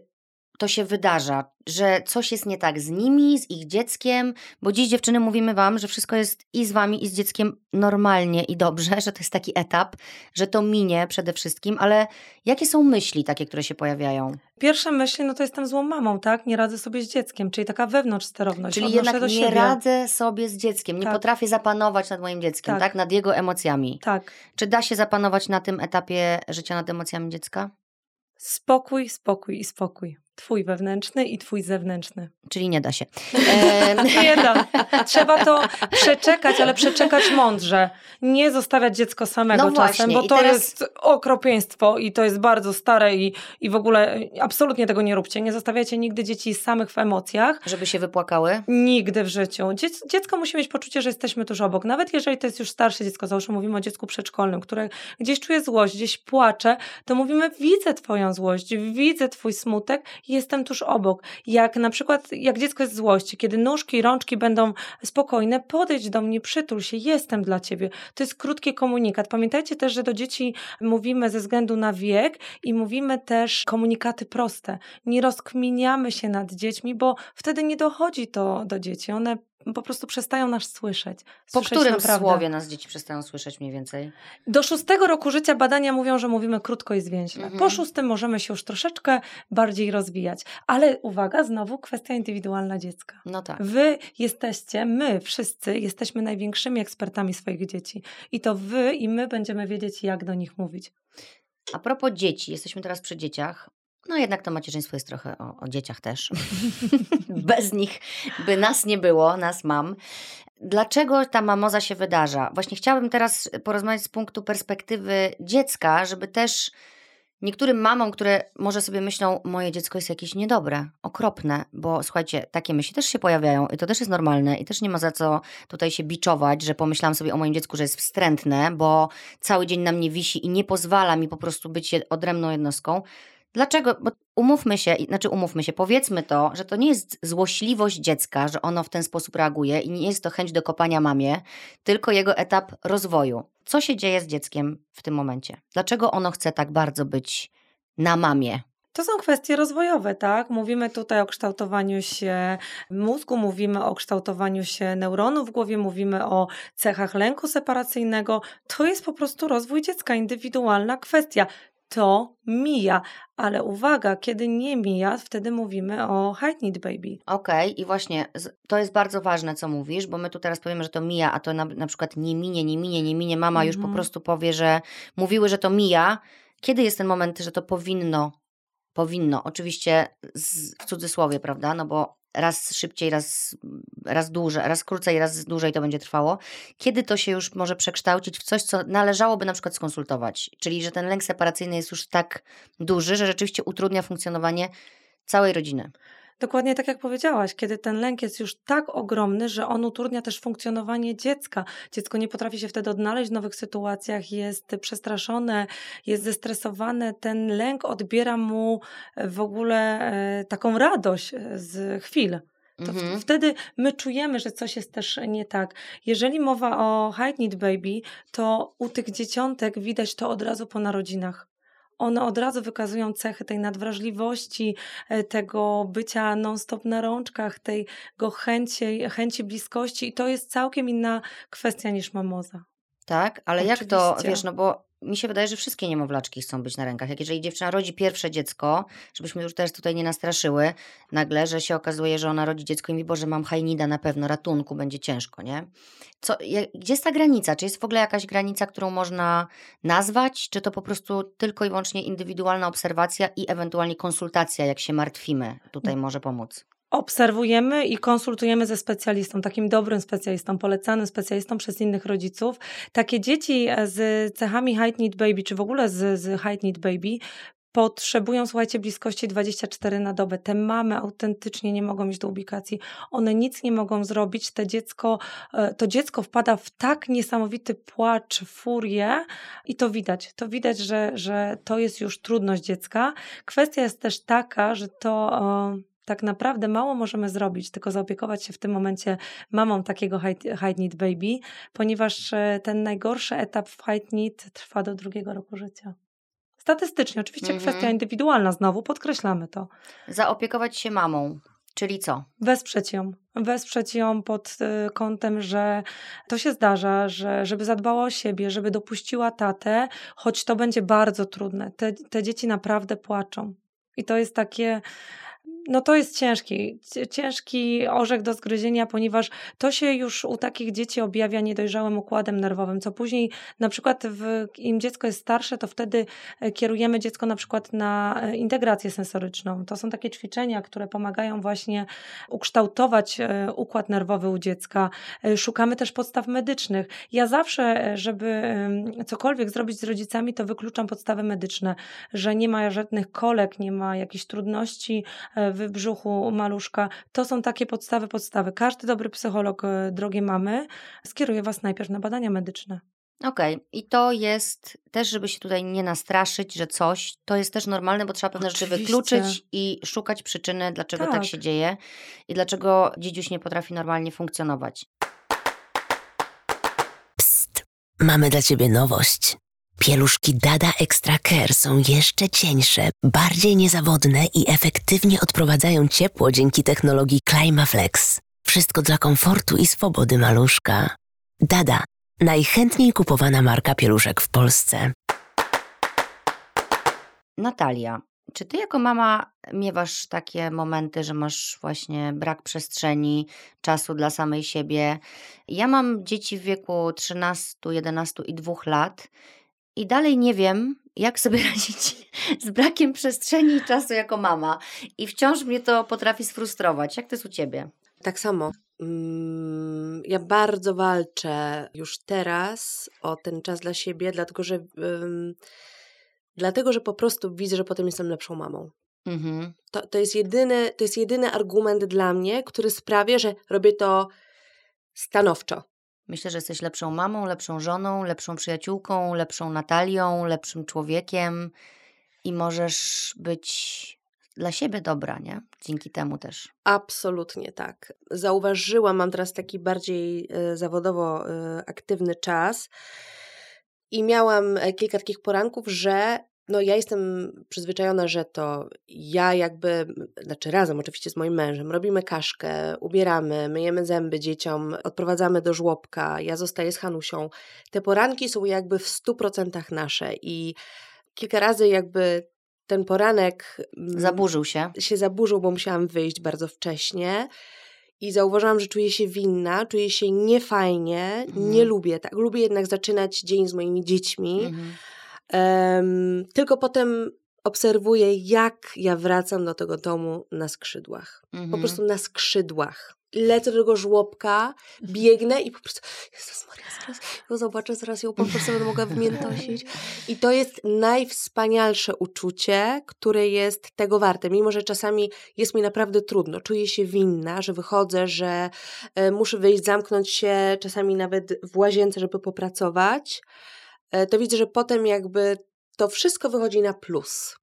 to się wydarza? Że coś jest nie tak z nimi, z ich dzieckiem? Bo dziś dziewczyny mówimy wam, że wszystko jest i z wami, i z dzieckiem normalnie i dobrze, że to jest taki etap, że to minie przede wszystkim, ale jakie są myśli takie, które się pojawiają? Pierwsze myśli, no to jestem złą mamą, tak? Nie radzę sobie z dzieckiem, czyli taka wewnątrz sterowność. Czyli odnoszę jednak do nie siebie. radzę sobie z dzieckiem, nie Tak. potrafię zapanować nad moim dzieckiem, tak. Tak. Nad jego emocjami. Tak. Czy da się zapanować na tym etapie życia nad emocjami dziecka? Spokój, spokój i spokój. Twój wewnętrzny i twój zewnętrzny. Czyli nie da się. Nie da. Trzeba to przeczekać, ale przeczekać mądrze. Nie zostawiać dziecko samego No czasem, właśnie, bo i to teraz- jest okropieństwo i to jest bardzo stare i, i w ogóle absolutnie tego nie róbcie. Nie zostawiajcie nigdy dzieci samych w emocjach. Żeby się wypłakały? Nigdy w życiu. Dziec, dziecko musi mieć poczucie, że jesteśmy tuż obok. Nawet jeżeli to jest już starsze dziecko, załóżmy mówimy o dziecku przedszkolnym, które gdzieś czuje złość, gdzieś płacze, to mówimy, widzę twoją złość, widzę twój smutek, jestem tuż obok. Jak na przykład, jak dziecko jest w złości, kiedy nóżki, rączki będą spokojne, podejdź do mnie, przytul się, jestem dla ciebie. To jest krótki komunikat. Pamiętajcie też, że do dzieci mówimy ze względu na wiek i mówimy też komunikaty proste. Nie rozkminiamy się nad dziećmi, bo wtedy nie dochodzi to do dzieci. One po prostu przestają nas słyszeć. Po Słyszeć którym naprawdę. słowie nas dzieci przestają słyszeć mniej więcej? Do szóstego roku życia badania mówią, że mówimy krótko i zwięźle. Mhm. Po szóstym możemy się już troszeczkę bardziej rozwijać. Ale uwaga, znowu kwestia indywidualna dziecka. No tak. Wy jesteście, my wszyscy jesteśmy największymi ekspertami swoich dzieci. I to wy i my będziemy wiedzieć, jak do nich mówić. A propos dzieci, jesteśmy teraz przy dzieciach. No jednak to macierzyństwo jest trochę o, o dzieciach też. Bez nich by nas nie było, nas mam. Dlaczego ta mamoza się wydarza? Właśnie chciałabym teraz porozmawiać z punktu perspektywy dziecka, żeby też niektórym mamom, które może sobie myślą, moje dziecko jest jakieś niedobre, okropne, bo słuchajcie, takie myśli też się pojawiają i to też jest normalne i też nie ma za co tutaj się biczować, że pomyślałam sobie o moim dziecku, że jest wstrętne, bo cały dzień na mnie wisi i nie pozwala mi po prostu być odrębną jednostką. Dlaczego? Bo umówmy się, znaczy umówmy się, powiedzmy to, że to nie jest złośliwość dziecka, że ono w ten sposób reaguje i nie jest to chęć do kopania mamie, tylko jego etap rozwoju. Co się dzieje z dzieckiem w tym momencie? Dlaczego ono chce tak bardzo być na mamie? To są kwestie rozwojowe, tak? Mówimy tutaj o kształtowaniu się mózgu, mówimy o kształtowaniu się neuronów w głowie, mówimy o cechach lęku separacyjnego. To jest po prostu rozwój dziecka, indywidualna kwestia. To mija, ale uwaga, kiedy nie mija, wtedy mówimy o high need baby. Okej, okay, i właśnie z- to jest bardzo ważne, co mówisz, bo my tu teraz powiemy, że to mija, a to na, na przykład nie minie, nie minie, nie minie. Mama już po Mhm. prostu powie, że mówiły, że to mija. Kiedy jest ten moment, że to powinno, powinno, oczywiście z, w cudzysłowie, prawda, no bo raz szybciej, raz, raz dłużej, raz krócej, raz dłużej to będzie trwało. Kiedy to się już może przekształcić w coś, co należałoby na przykład skonsultować? Czyli, że ten lęk separacyjny jest już tak duży, że rzeczywiście utrudnia funkcjonowanie całej rodziny. Dokładnie tak jak powiedziałaś, kiedy ten lęk jest już tak ogromny, że on utrudnia też funkcjonowanie dziecka. Dziecko nie potrafi się wtedy odnaleźć w nowych sytuacjach, jest przestraszone, jest zestresowane. Ten lęk odbiera mu w ogóle e, taką radość z chwil. To Mhm. w, wtedy my czujemy, że coś jest też nie tak. Jeżeli mowa o high need baby, to u tych dzieciątek widać to od razu po narodzinach. One od razu wykazują cechy tej nadwrażliwości, e, tego bycia non-stop na rączkach, tego chęci, chęci bliskości i to jest całkiem inna kwestia niż mamoza. Tak, ale jak to, Oczywiście. wiesz, no bo mi się wydaje, że wszystkie niemowlaczki chcą być na rękach. Jak jeżeli dziewczyna rodzi pierwsze dziecko, żebyśmy już też tutaj nie nastraszyły nagle, że się okazuje, że ona rodzi dziecko i mówi, Boże, mam hajnida na pewno, ratunku, będzie ciężko, nie? Co, jak, gdzie jest ta granica? Czy jest w ogóle jakaś granica, którą można nazwać? Czy to po prostu tylko i wyłącznie indywidualna obserwacja i ewentualnie konsultacja, jak się martwimy, tutaj może pomóc? Obserwujemy i konsultujemy ze specjalistą, takim dobrym specjalistą, polecanym specjalistą przez innych rodziców. Takie dzieci z cechami high need baby, czy w ogóle z, z high need baby, potrzebują, słuchajcie, bliskości dwadzieścia cztery na dobę. Te mamy autentycznie nie mogą iść do ubikacji. One nic nie mogą zrobić. Te dziecko, to dziecko wpada w tak niesamowity płacz, furię i to widać. To widać, że, że to jest już trudność dziecka. Kwestia jest też taka, że to... tak naprawdę mało możemy zrobić, tylko zaopiekować się w tym momencie mamą takiego high, high need baby, ponieważ ten najgorszy etap w high need trwa do drugiego roku życia. Statystycznie, oczywiście Mhm. kwestia indywidualna, znowu podkreślamy to. Zaopiekować się mamą, czyli co? Wesprzeć ją. Wesprzeć ją pod y, kątem, że to się zdarza, że żeby zadbała o siebie, żeby dopuściła tatę, choć to będzie bardzo trudne. Te, te dzieci naprawdę płaczą. I to jest takie... No to jest ciężki, ciężki orzech do zgryzienia, ponieważ to się już u takich dzieci objawia niedojrzałym układem nerwowym, co później na przykład w, im dziecko jest starsze, to wtedy kierujemy dziecko na przykład na integrację sensoryczną. To są takie ćwiczenia, które pomagają właśnie ukształtować układ nerwowy u dziecka. Szukamy też podstaw medycznych. Ja zawsze, żeby cokolwiek zrobić z rodzicami, to wykluczam podstawy medyczne, że nie ma żadnych kolek, nie ma jakichś trudności w brzuchu maluszka. To są takie podstawy, podstawy. Każdy dobry psycholog, drogie mamy, skieruje was najpierw na badania medyczne. Okej, okay. I to jest też, żeby się tutaj nie nastraszyć, że coś, to jest też normalne, bo trzeba pewne rzeczy wykluczyć i szukać przyczyny, dlaczego tak. tak się dzieje i dlaczego dzidziuś nie potrafi normalnie funkcjonować. Psst, mamy dla Ciebie nowość. Pieluszki Dada Extra Care są jeszcze cieńsze, bardziej niezawodne i efektywnie odprowadzają ciepło dzięki technologii Climaflex. Wszystko dla komfortu i swobody maluszka. Dada, najchętniej kupowana marka pieluszek w Polsce. Natalia, czy ty jako mama miewasz takie momenty, że masz właśnie brak przestrzeni, czasu dla samej siebie? Ja mam dzieci w wieku trzynastu, jedenastu i dwóch lat i dalej nie wiem, jak sobie radzić z brakiem przestrzeni i czasu jako mama. I wciąż mnie to potrafi sfrustrować. Jak to jest u ciebie? Tak samo. Ja bardzo walczę już teraz o ten czas dla siebie, dlatego że, um, dlatego, że po prostu widzę, że potem jestem lepszą mamą. Mhm. To, to, jest jedyny, to jest jedyny argument dla mnie, który sprawia, że robię to stanowczo. Myślę, że jesteś lepszą mamą, lepszą żoną, lepszą przyjaciółką, lepszą Natalią, lepszym człowiekiem i możesz być dla siebie dobra, nie? Dzięki temu też. Absolutnie tak. Zauważyłam, mam teraz taki bardziej y, zawodowo y, aktywny czas i miałam kilka takich poranków, że no ja jestem przyzwyczajona, że to ja jakby, znaczy razem oczywiście z moim mężem, robimy kaszkę, ubieramy, myjemy zęby dzieciom, odprowadzamy do żłobka, ja zostaję z Hanusią. Te poranki są jakby w stu procentach nasze i kilka razy jakby ten poranek zaburzył się. się zaburzył, bo musiałam wyjść bardzo wcześnie i zauważyłam, że czuję się winna, czuję się niefajnie, mhm. nie lubię tak. Lubię jednak zaczynać dzień z moimi dziećmi, mhm. um, tylko potem obserwuję, jak ja wracam do tego domu na skrzydłach. Mhm. Po prostu na skrzydłach. Lecę do tego żłobka, biegnę i po prostu Jezus Maria, zaraz ją zobaczę, zaraz ją po prostu będę mogła wmiętosić. I to jest najwspanialsze uczucie, które jest tego warte. Mimo że czasami jest mi naprawdę trudno. Czuję się winna, że wychodzę, że y, muszę wyjść, zamknąć się, czasami nawet w łazience, żeby popracować. Y, to widzę, że potem jakby to wszystko wychodzi na plus.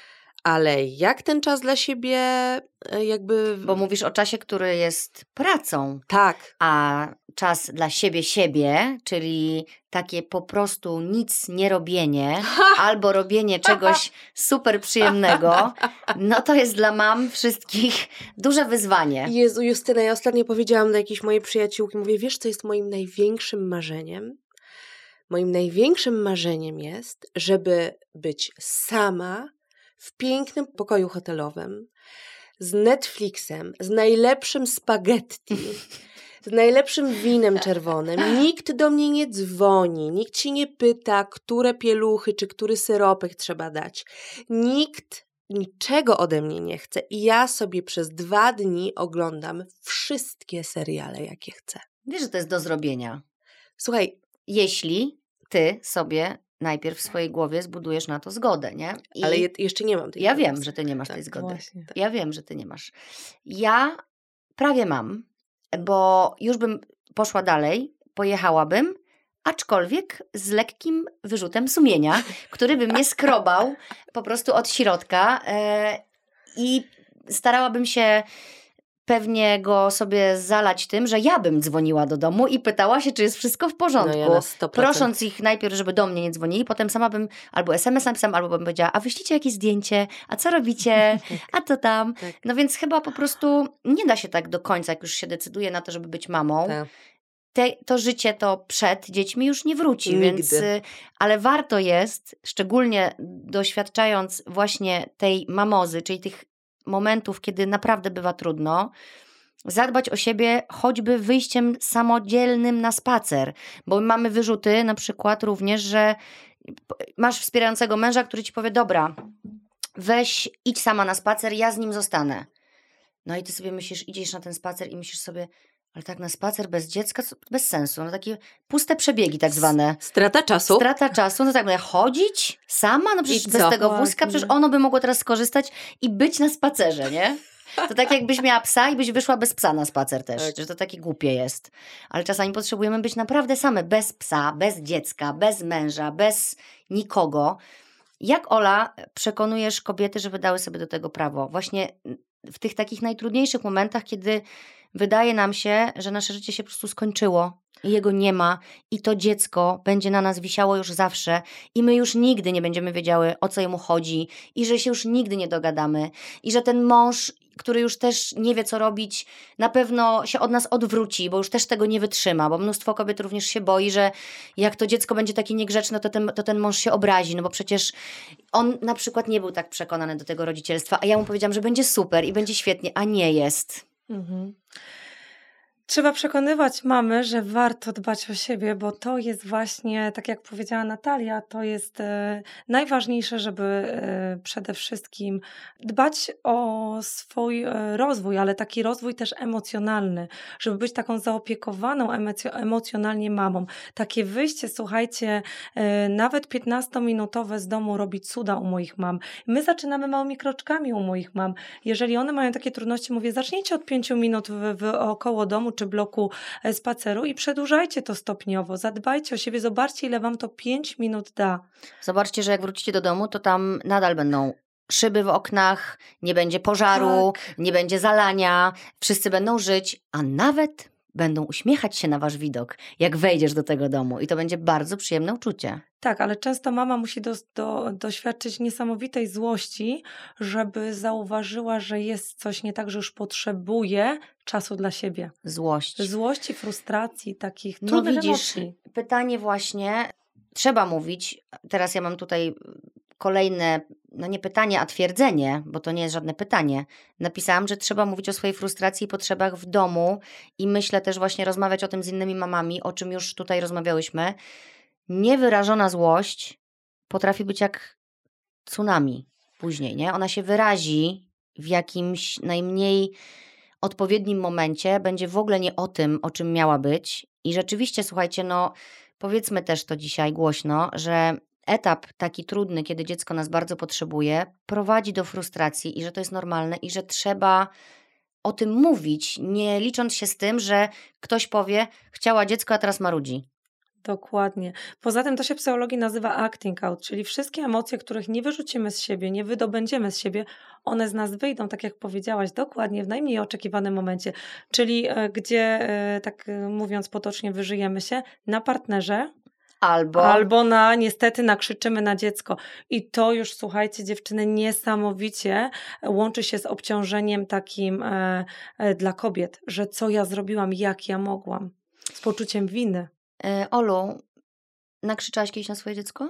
Ale jak ten czas dla siebie jakby... Bo mówisz o czasie, który jest pracą. Tak. A czas dla siebie, siebie, czyli takie po prostu nic nie robienie albo robienie czegoś super przyjemnego, no to jest dla mam wszystkich duże wyzwanie. Jezu, Justyna, ja ostatnio powiedziałam do jakiejś mojej przyjaciółki, mówię, wiesz co jest moim największym marzeniem? Moim największym marzeniem jest, żeby być sama w pięknym pokoju hotelowym, z Netflixem, z najlepszym spaghetti, z najlepszym winem czerwonym. Nikt do mnie nie dzwoni, nikt się nie pyta, które pieluchy czy który syropek trzeba dać. Nikt niczego ode mnie nie chce i ja sobie przez dwa dni oglądam wszystkie seriale, jakie chcę. Wiesz, że to jest do zrobienia. Słuchaj, jeśli ty sobie najpierw w swojej głowie zbudujesz na to zgodę, nie? I ale je, jeszcze nie mam tej Ja zgody. wiem, że ty nie masz tak, tej zgody. Właśnie, tak. Ja wiem, że ty nie masz. Ja prawie mam, bo już bym poszła dalej, pojechałabym, aczkolwiek z lekkim wyrzutem sumienia, który by mnie skrobał po prostu od środka e, i starałabym się pewnie go sobie zalać tym, że ja bym dzwoniła do domu i pytała się, czy jest wszystko w porządku. No ja na sto procent. Prosząc ich najpierw, żeby do mnie nie dzwonili, potem sama bym albo es em es napisałam, albo bym powiedziała, a wyślijcie jakieś zdjęcie, a co robicie, a to tam. Tak. No więc chyba po prostu nie da się tak do końca, jak już się decyduje na to, żeby być mamą. Tak. Te, to życie to przed dziećmi już nie wróci, Nigdy. więc ale warto jest, szczególnie doświadczając właśnie tej mamozy, czyli tych momentów, kiedy naprawdę bywa trudno, zadbać o siebie choćby wyjściem samodzielnym na spacer, bo mamy wyrzuty na przykład również, że masz wspierającego męża, który ci powie, dobra, weź, idź sama na spacer, ja z nim zostanę. No i ty sobie myślisz, idziesz na ten spacer i myślisz sobie, ale tak na spacer bez dziecka, bez sensu. No takie puste przebiegi tak zwane. Strata czasu. Strata czasu, no tak, no chodzić sama, no przecież I bez co? tego wózka, przecież ono by mogło teraz skorzystać i być na spacerze, nie? To tak jakbyś miała psa i byś wyszła bez psa na spacer też, Tak. że to takie głupie jest. Ale czasami potrzebujemy być naprawdę same, bez psa, bez dziecka, bez męża, bez nikogo. Jak, Ola, przekonujesz kobiety, żeby dały sobie do tego prawo? Właśnie w tych takich najtrudniejszych momentach, kiedy wydaje nam się, że nasze życie się po prostu skończyło i jego nie ma i to dziecko będzie na nas wisiało już zawsze i my już nigdy nie będziemy wiedziały, o co jemu chodzi i że się już nigdy nie dogadamy i że ten mąż, który już też nie wie, co robić, na pewno się od nas odwróci, bo już też tego nie wytrzyma, bo mnóstwo kobiet również się boi, że jak to dziecko będzie takie niegrzeczne, to ten, to ten mąż się obrazi, no bo przecież on na przykład nie był tak przekonany do tego rodzicielstwa, a ja mu powiedziałam, że będzie super i będzie świetnie, a nie jest. Mhm. Trzeba przekonywać mamy, że warto dbać o siebie, bo to jest właśnie, tak jak powiedziała Natalia, to jest e, najważniejsze, żeby e, przede wszystkim dbać o swój e, rozwój, ale taki rozwój też emocjonalny, żeby być taką zaopiekowaną emoc- emocjonalnie mamą. Takie wyjście, słuchajcie, e, nawet piętnastominutowe z domu robi cuda u moich mam. My zaczynamy małymi kroczkami u moich mam. Jeżeli one mają takie trudności, mówię, zacznijcie od pięciu minut w, w około domu, czy bloku spaceru i przedłużajcie to stopniowo, zadbajcie o siebie, zobaczcie, ile wam to pięć minut da. Zobaczcie, że jak wrócicie do domu, to tam nadal będą szyby w oknach, nie będzie pożaru, Tak. nie będzie zalania, wszyscy będą żyć, a nawet będą uśmiechać się na wasz widok, jak wejdziesz do tego domu i to będzie bardzo przyjemne uczucie. Tak, ale często mama musi do, do, doświadczyć niesamowitej złości, żeby zauważyła, że jest coś nie tak, że już potrzebuje czasu dla siebie. Złość. Złości, frustracji, takich No trudnych widzisz, emocji. pytanie właśnie, trzeba mówić, teraz ja mam tutaj kolejne, no nie pytanie, a twierdzenie, bo to nie jest żadne pytanie. Napisałam, że trzeba mówić o swojej frustracji i potrzebach w domu i myślę też właśnie rozmawiać o tym z innymi mamami, o czym już tutaj rozmawiałyśmy. Niewyrażona złość potrafi być jak tsunami później, nie? Ona się wyrazi w jakimś najmniej odpowiednim momencie, będzie w ogóle nie o tym, o czym miała być. I rzeczywiście, słuchajcie, no powiedzmy też to dzisiaj głośno, że etap taki trudny, kiedy dziecko nas bardzo potrzebuje, prowadzi do frustracji i że to jest normalne i że trzeba o tym mówić, nie licząc się z tym, że ktoś powie, chciała dziecko, a teraz marudzi. Dokładnie. Poza tym to się w psychologii nazywa acting out, czyli wszystkie emocje, których nie wyrzucimy z siebie, nie wydobędziemy z siebie, one z nas wyjdą, tak jak powiedziałaś, dokładnie w najmniej oczekiwanym momencie, czyli e, gdzie, e, tak e, mówiąc potocznie, wyżyjemy się na partnerze, Albo, albo na, niestety, nakrzyczymy na dziecko. I to już, słuchajcie, dziewczyny, niesamowicie łączy się z obciążeniem takim e, e, dla kobiet, że co ja zrobiłam, jak ja mogłam, z poczuciem winy. e, Olu, nakrzyczałaś kiedyś na swoje dziecko?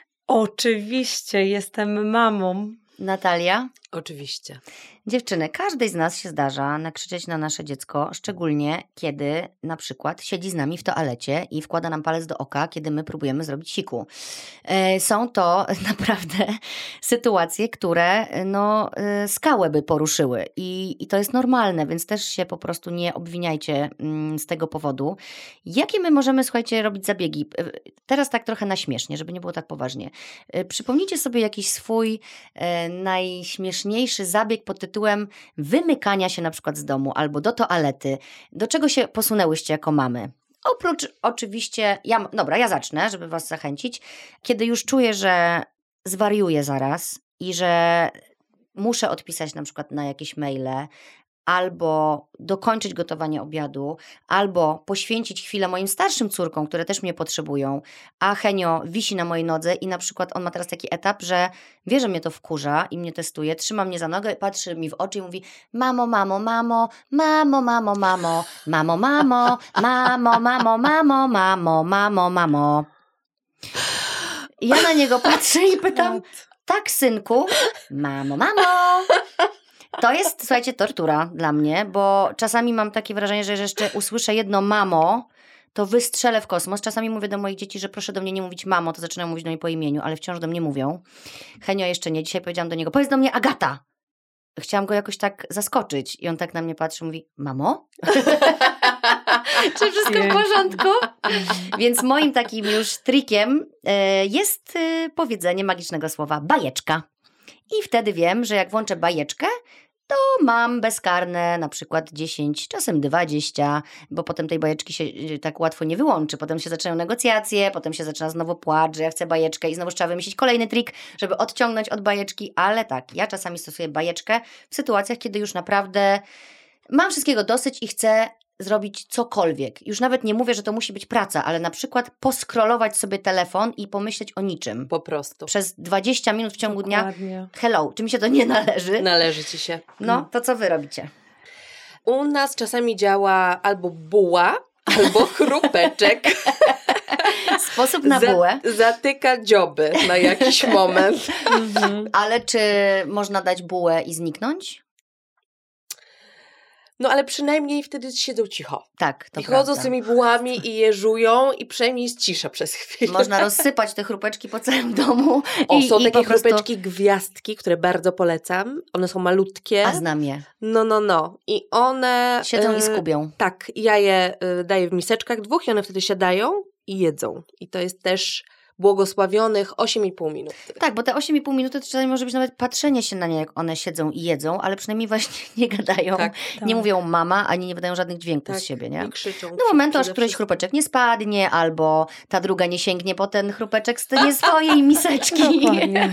Oczywiście, jestem mamą. Natalia? Oczywiście. Dziewczyny, każdej z nas się zdarza nakrzyczeć na nasze dziecko, szczególnie kiedy na przykład siedzi z nami w toalecie i wkłada nam palec do oka, kiedy my próbujemy zrobić siku. E, są to naprawdę sytuacje, które no, e, skałę by poruszyły i, i to jest normalne, więc też się po prostu nie obwiniajcie mm, z tego powodu. Jakie my możemy, słuchajcie, robić zabiegi? E, teraz tak trochę na śmiesznie, żeby nie było tak poważnie. E, przypomnijcie sobie jakiś swój e, najśmieszniejszy zabieg pod tytułem wymykania się na przykład z domu albo do toalety. Do czego się posunęłyście jako mamy? Oprócz oczywiście, ja, dobra, ja zacznę, żeby was zachęcić. Kiedy już czuję, że zwariuję zaraz i że muszę odpisać na przykład na jakieś maile, albo dokończyć gotowanie obiadu, albo poświęcić chwilę moim starszym córkom, które też mnie potrzebują, a Henio wisi na mojej nodze i na przykład on ma teraz taki etap, że wie, że mnie to wkurza i mnie testuje, trzyma mnie za nogę, patrzy mi w oczy i mówi mamo, mamo, mamo, mamo, mamo, mamo, mamo, mamo, mamo, mamo, mamo, mamo, mamo, mamo. I ja na niego patrzę i pytam, tak synku, mamo, mamo. To jest, słuchajcie, tortura dla mnie, bo czasami mam takie wrażenie, że jeszcze usłyszę jedno mamo, to wystrzelę w kosmos. Czasami mówię do moich dzieci, że proszę do mnie nie mówić mamo, to zaczynają mówić do mnie po imieniu, ale wciąż do mnie mówią. Henio jeszcze nie. Dzisiaj powiedziałam do niego, powiedz do mnie Agata. Chciałam go jakoś tak zaskoczyć i on tak na mnie patrzy, mówi, mamo? Czy wszystko w porządku? Więc moim takim już trikiem y, jest y, powiedzenie magicznego słowa bajeczka. I wtedy wiem, że jak włączę bajeczkę, to mam bezkarne na przykład dziesięć, czasem dwadzieścia, bo potem tej bajeczki się y, tak łatwo nie wyłączy. Potem się zaczynają negocjacje, potem się zaczyna znowu płacz, że ja chcę bajeczkę i znowu trzeba wymyślić kolejny trik, żeby odciągnąć od bajeczki, ale tak, ja czasami stosuję bajeczkę w sytuacjach, kiedy już naprawdę mam wszystkiego dosyć i chcę zrobić cokolwiek. Już nawet nie mówię, że to musi być praca, ale na przykład poskrolować sobie telefon i pomyśleć o niczym. Po prostu. Przez dwadzieścia minut w ciągu Dokładnie. dnia. Hello, czy mi się to nie należy? Należy ci się. No, to co wy robicie? U nas czasami działa albo buła, albo chrupeczek. Sposób na bułę. Za, zatyka dzioby na jakiś moment. Mhm. Ale czy można dać bułę i zniknąć? No ale przynajmniej wtedy siedzą cicho. Tak, to I chodzą prawda. z tymi bułami i je żują i przynajmniej jest cisza przez chwilę. Można rozsypać te chrupeczki po całym domu. O, i, są i takie po prostu... chrupeczki gwiazdki, które bardzo polecam. One są malutkie. A znam je. No, no, no. I one... Siedzą y, i skubią. Tak, ja je y, daję w miseczkach dwóch i one wtedy siadają i jedzą. I to jest też błogosławionych osiem i pół minuty. Tak, bo te osiem i pół minuty to czasami może być nawet patrzenie się na nie, jak one siedzą i jedzą, ale przynajmniej właśnie nie gadają, Tak, nie tak. mówią mama, ani nie wydają żadnych dźwięków tak. z siebie, nie? I krzyczą. Do momentu, aż przede któryś wszystkim. chrupeczek nie spadnie, albo ta druga nie sięgnie po ten chrupeczek z tej nie swojej miseczki. Dokładnie.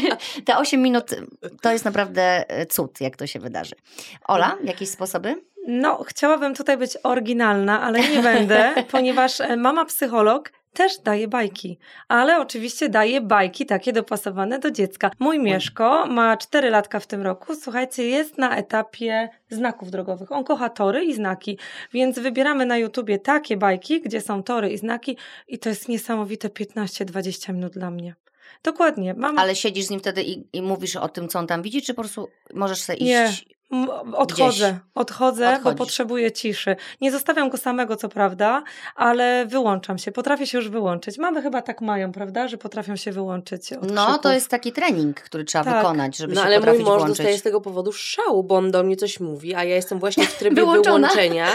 Te osiem minut to jest naprawdę cud, jak to się wydarzy. Ola, jakieś sposoby? No, chciałabym tutaj być oryginalna, ale nie będę, ponieważ e, mama psycholog też daje bajki, ale oczywiście daje bajki takie dopasowane do dziecka. Mój Mieszko ma cztery latka w tym roku, słuchajcie, jest na etapie znaków drogowych. On kocha tory i znaki, więc wybieramy na YouTubie takie bajki, gdzie są tory i znaki i to jest niesamowite piętnaście dwadzieścia minut dla mnie. Dokładnie. Mama... Ale siedzisz z nim wtedy i, i mówisz o tym, co on tam widzi, czy po prostu możesz sobie Nie. iść? M- Odchodzę, Gdzieś. odchodzę, bo Odchodzisz. potrzebuję ciszy. Nie zostawiam go samego, co prawda, ale wyłączam się. Potrafię się już wyłączyć. Mamy chyba tak mają, prawda, że potrafią się wyłączyć od No, krzyków. to jest taki trening, który trzeba Tak. wykonać, żeby No się ale mój potrafić mąż włączyć. dostaje z tego powodu szału, bo on do mnie coś mówi, a ja jestem właśnie w trybie Wyłączona. wyłączenia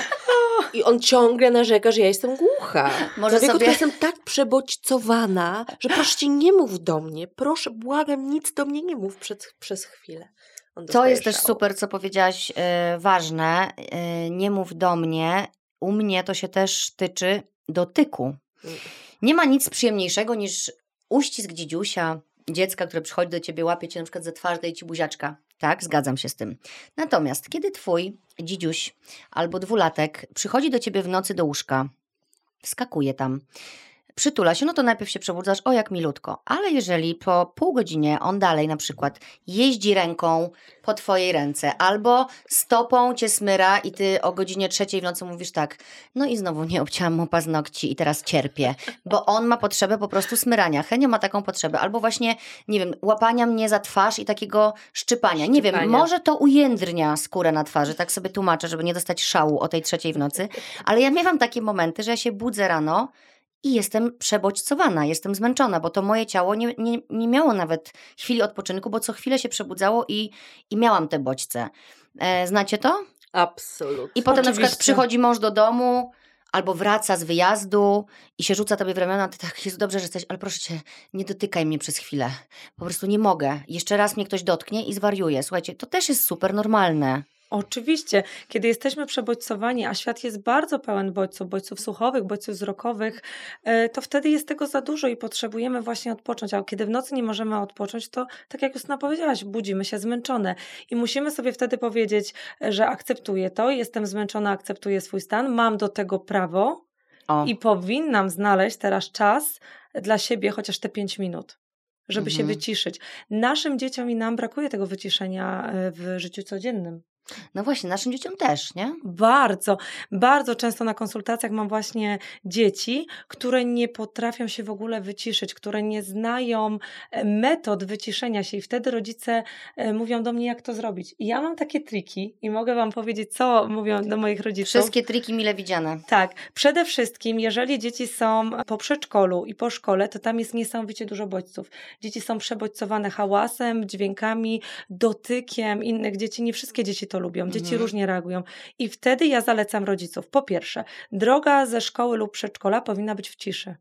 i on ciągle narzeka, że ja jestem głucha. Może Dlatego sobie- to jestem tak przebodźcowana, że proszę cię, nie mów do mnie, proszę, błagam, nic do mnie nie mów przez, przez chwilę. On To dostaje jest też szału. super, co powiedziałaś, e, ważne. E, nie mów do mnie. U mnie to się też tyczy dotyku. Mm. Nie ma nic przyjemniejszego niż uścisk dzidziusia, dziecka, które przychodzi do ciebie, łapie cię na przykład za twarz, daje ci buziaczka. Tak, zgadzam się z tym. Natomiast kiedy twój dzidziuś albo dwulatek przychodzi do ciebie w nocy do łóżka, wskakuje tam, przytula się, no to najpierw się przebudzasz, o jak milutko. Ale jeżeli po pół godzinie on dalej na przykład jeździ ręką po twojej ręce albo stopą cię smyra i ty o godzinie trzeciej w nocy mówisz tak, no i znowu nie obcięłam mu paznokci i teraz cierpię, bo on ma potrzebę po prostu smyrania. Henio ma taką potrzebę. Albo właśnie, nie wiem, łapania mnie za twarz i takiego szczypania. Nie wiem, Szczypania. może to ujędrnia skórę na twarzy, tak sobie tłumaczę, żeby nie dostać szału o tej trzeciej w nocy, ale ja miewam takie momenty, że ja się budzę rano i jestem przebodźcowana, jestem zmęczona, bo to moje ciało nie, nie, nie miało nawet chwili odpoczynku, bo co chwilę się przebudzało i, i miałam te bodźce. E, znacie to? Absolutnie. I potem na przykład Oczywiście. przychodzi mąż do domu albo wraca z wyjazdu i się rzuca tobie w ramiona, ty tak, jest dobrze, że jesteś, ale proszę cię, nie dotykaj mnie przez chwilę. Po prostu nie mogę. Jeszcze raz mnie ktoś dotknie i zwariuję. Słuchajcie, to też jest super normalne. Oczywiście, kiedy jesteśmy przebodźcowani, a świat jest bardzo pełen bodźców, bodźców słuchowych, bodźców wzrokowych, e, to wtedy jest tego za dużo i potrzebujemy właśnie odpocząć. A kiedy w nocy nie możemy odpocząć, to tak jak Justyna powiedziałaś, budzimy się zmęczone i musimy sobie wtedy powiedzieć, że akceptuję to, jestem zmęczona, akceptuję swój stan, mam do tego prawo O. i powinnam znaleźć teraz czas dla siebie chociaż te pięć minut. Żeby Mhm. się wyciszyć. Naszym dzieciom i nam brakuje tego wyciszenia e, w życiu codziennym. No właśnie, naszym dzieciom też, nie? Bardzo, bardzo często na konsultacjach mam właśnie dzieci, które nie potrafią się w ogóle wyciszyć, które nie znają metod wyciszenia się i wtedy rodzice mówią do mnie, jak to zrobić. I ja mam takie triki i mogę wam powiedzieć, co mówią do moich rodziców. Wszystkie triki mile widziane. Tak, przede wszystkim, jeżeli dzieci są po przedszkolu i po szkole, to tam jest niesamowicie dużo bodźców. Dzieci są przebodźcowane hałasem, dźwiękami, dotykiem innych dzieci. Nie wszystkie dzieci to lubią. Dzieci mhm. różnie reagują. I wtedy ja zalecam rodziców. Po pierwsze, droga ze szkoły lub przedszkola powinna być w ciszy.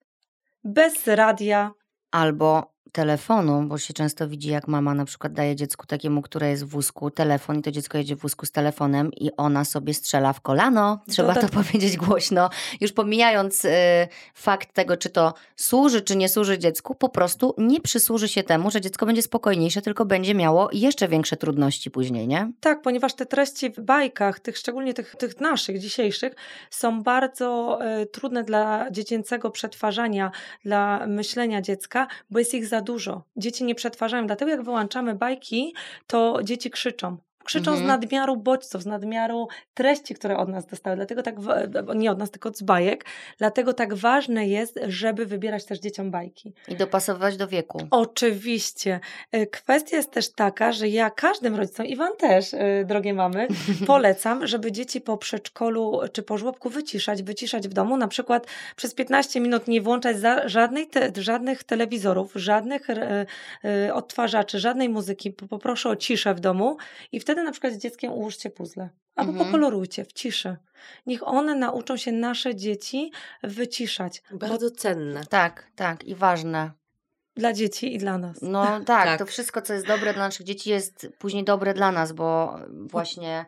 Bez radia. Albo telefonu, bo się często widzi, jak mama na przykład daje dziecku takiemu, które jest w wózku, telefon i to dziecko jedzie w wózku z telefonem i ona sobie strzela w kolano. Trzeba Dodat... to powiedzieć głośno. Już pomijając y, fakt tego, czy to służy, czy nie służy dziecku, po prostu nie przysłuży się temu, że dziecko będzie spokojniejsze, tylko będzie miało jeszcze większe trudności później, nie? Tak, ponieważ te treści w bajkach, tych szczególnie tych, tych naszych, dzisiejszych, są bardzo y, trudne dla dziecięcego przetwarzania, dla myślenia dziecka, bo jest ich za dużo. Dzieci nie przetwarzają, dlatego jak wyłączamy bajki, to dzieci krzyczą. Krzyczą mhm. z nadmiaru bodźców, z nadmiaru treści, które od nas dostały. Dlatego tak, nie od nas, tylko z bajek. Dlatego tak ważne jest, żeby wybierać też dzieciom bajki. I dopasowywać do wieku. Oczywiście. Kwestia jest też taka, że ja każdym rodzicom, i wam też, drogie mamy, polecam, żeby dzieci po przedszkolu czy po żłobku wyciszać, wyciszać w domu. Na przykład przez piętnaście minut nie włączać za żadnej te, żadnych telewizorów, żadnych e, e, odtwarzaczy, żadnej muzyki. Poproszę o ciszę w domu i wtedy na przykład z dzieckiem ułóżcie puzzle. Albo mhm. pokolorujcie w ciszy. Niech one nauczą się, nasze dzieci, wyciszać. Bardzo bo... cenne. Tak, tak i ważne. Dla dzieci i dla nas. No tak, tak, to wszystko, co jest dobre dla naszych dzieci, jest później dobre dla nas, bo właśnie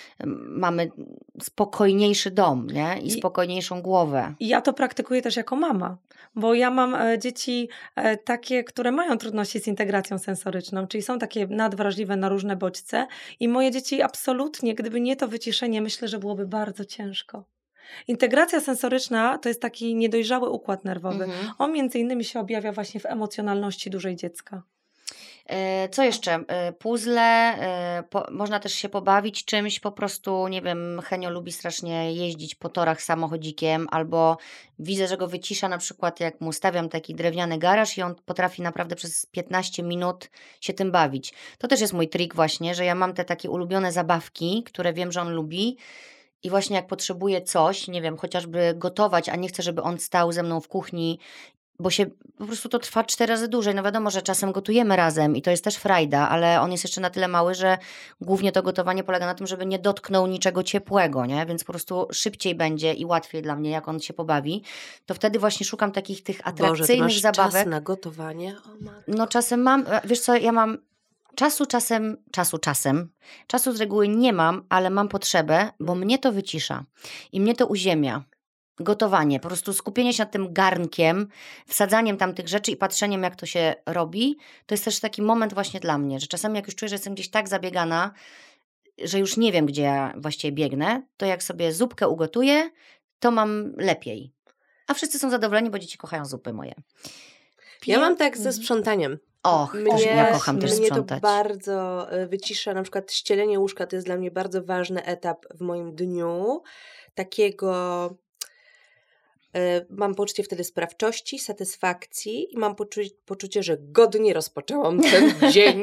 mamy spokojniejszy dom, nie? I spokojniejszą głowę. I ja to praktykuję też jako mama, bo ja mam e, dzieci e, takie, które mają trudności z integracją sensoryczną, czyli są takie nadwrażliwe na różne bodźce i moje dzieci absolutnie, gdyby nie to wyciszenie, myślę, że byłoby bardzo ciężko. Integracja sensoryczna to jest taki niedojrzały układ nerwowy. Mhm. On między innymi się objawia właśnie w emocjonalności dużej dziecka. Co jeszcze? Puzzle, po, można też się pobawić czymś, po prostu, nie wiem, Henio lubi strasznie jeździć po torach samochodzikiem, albo widzę, że go wycisza, na przykład jak mu stawiam taki drewniany garaż i on potrafi naprawdę przez piętnaście minut się tym bawić. To też jest mój trik właśnie, że ja mam te takie ulubione zabawki, które wiem, że on lubi. I właśnie jak potrzebuję coś, nie wiem, chociażby gotować, a nie chcę, żeby on stał ze mną w kuchni, bo się po prostu to trwa cztery razy dłużej. No wiadomo, że czasem gotujemy razem i to jest też frajda, ale on jest jeszcze na tyle mały, że głównie to gotowanie polega na tym, żeby nie dotknął niczego ciepłego, nie? Więc po prostu szybciej będzie i łatwiej dla mnie, jak on się pobawi. To wtedy właśnie szukam takich tych atrakcyjnych Boże, ty masz zabawek. Czas na gotowanie? O matko. No czasem mam, wiesz co, ja mam Czasu czasem, czasu czasem, czasu z reguły nie mam, ale mam potrzebę, bo mnie to wycisza i mnie to uziemia. Gotowanie, po prostu skupienie się nad tym garnkiem, wsadzaniem tam tych rzeczy i patrzeniem, jak to się robi, to jest też taki moment właśnie dla mnie, że czasami jak już czuję, że jestem gdzieś tak zabiegana, że już nie wiem, gdzie ja właściwie biegnę, to jak sobie zupkę ugotuję, to mam lepiej. A wszyscy są zadowoleni, bo dzieci kochają zupy moje. Ja mam tak ze sprzątaniem. Och, mnie, ja kocham też mnie sprzątać. to bardzo wycisza, na przykład ścielenie łóżka to jest dla mnie bardzo ważny etap w moim dniu, takiego y, mam poczucie wtedy sprawczości, satysfakcji i mam poczu- poczucie, że godnie rozpoczęłam ten dzień.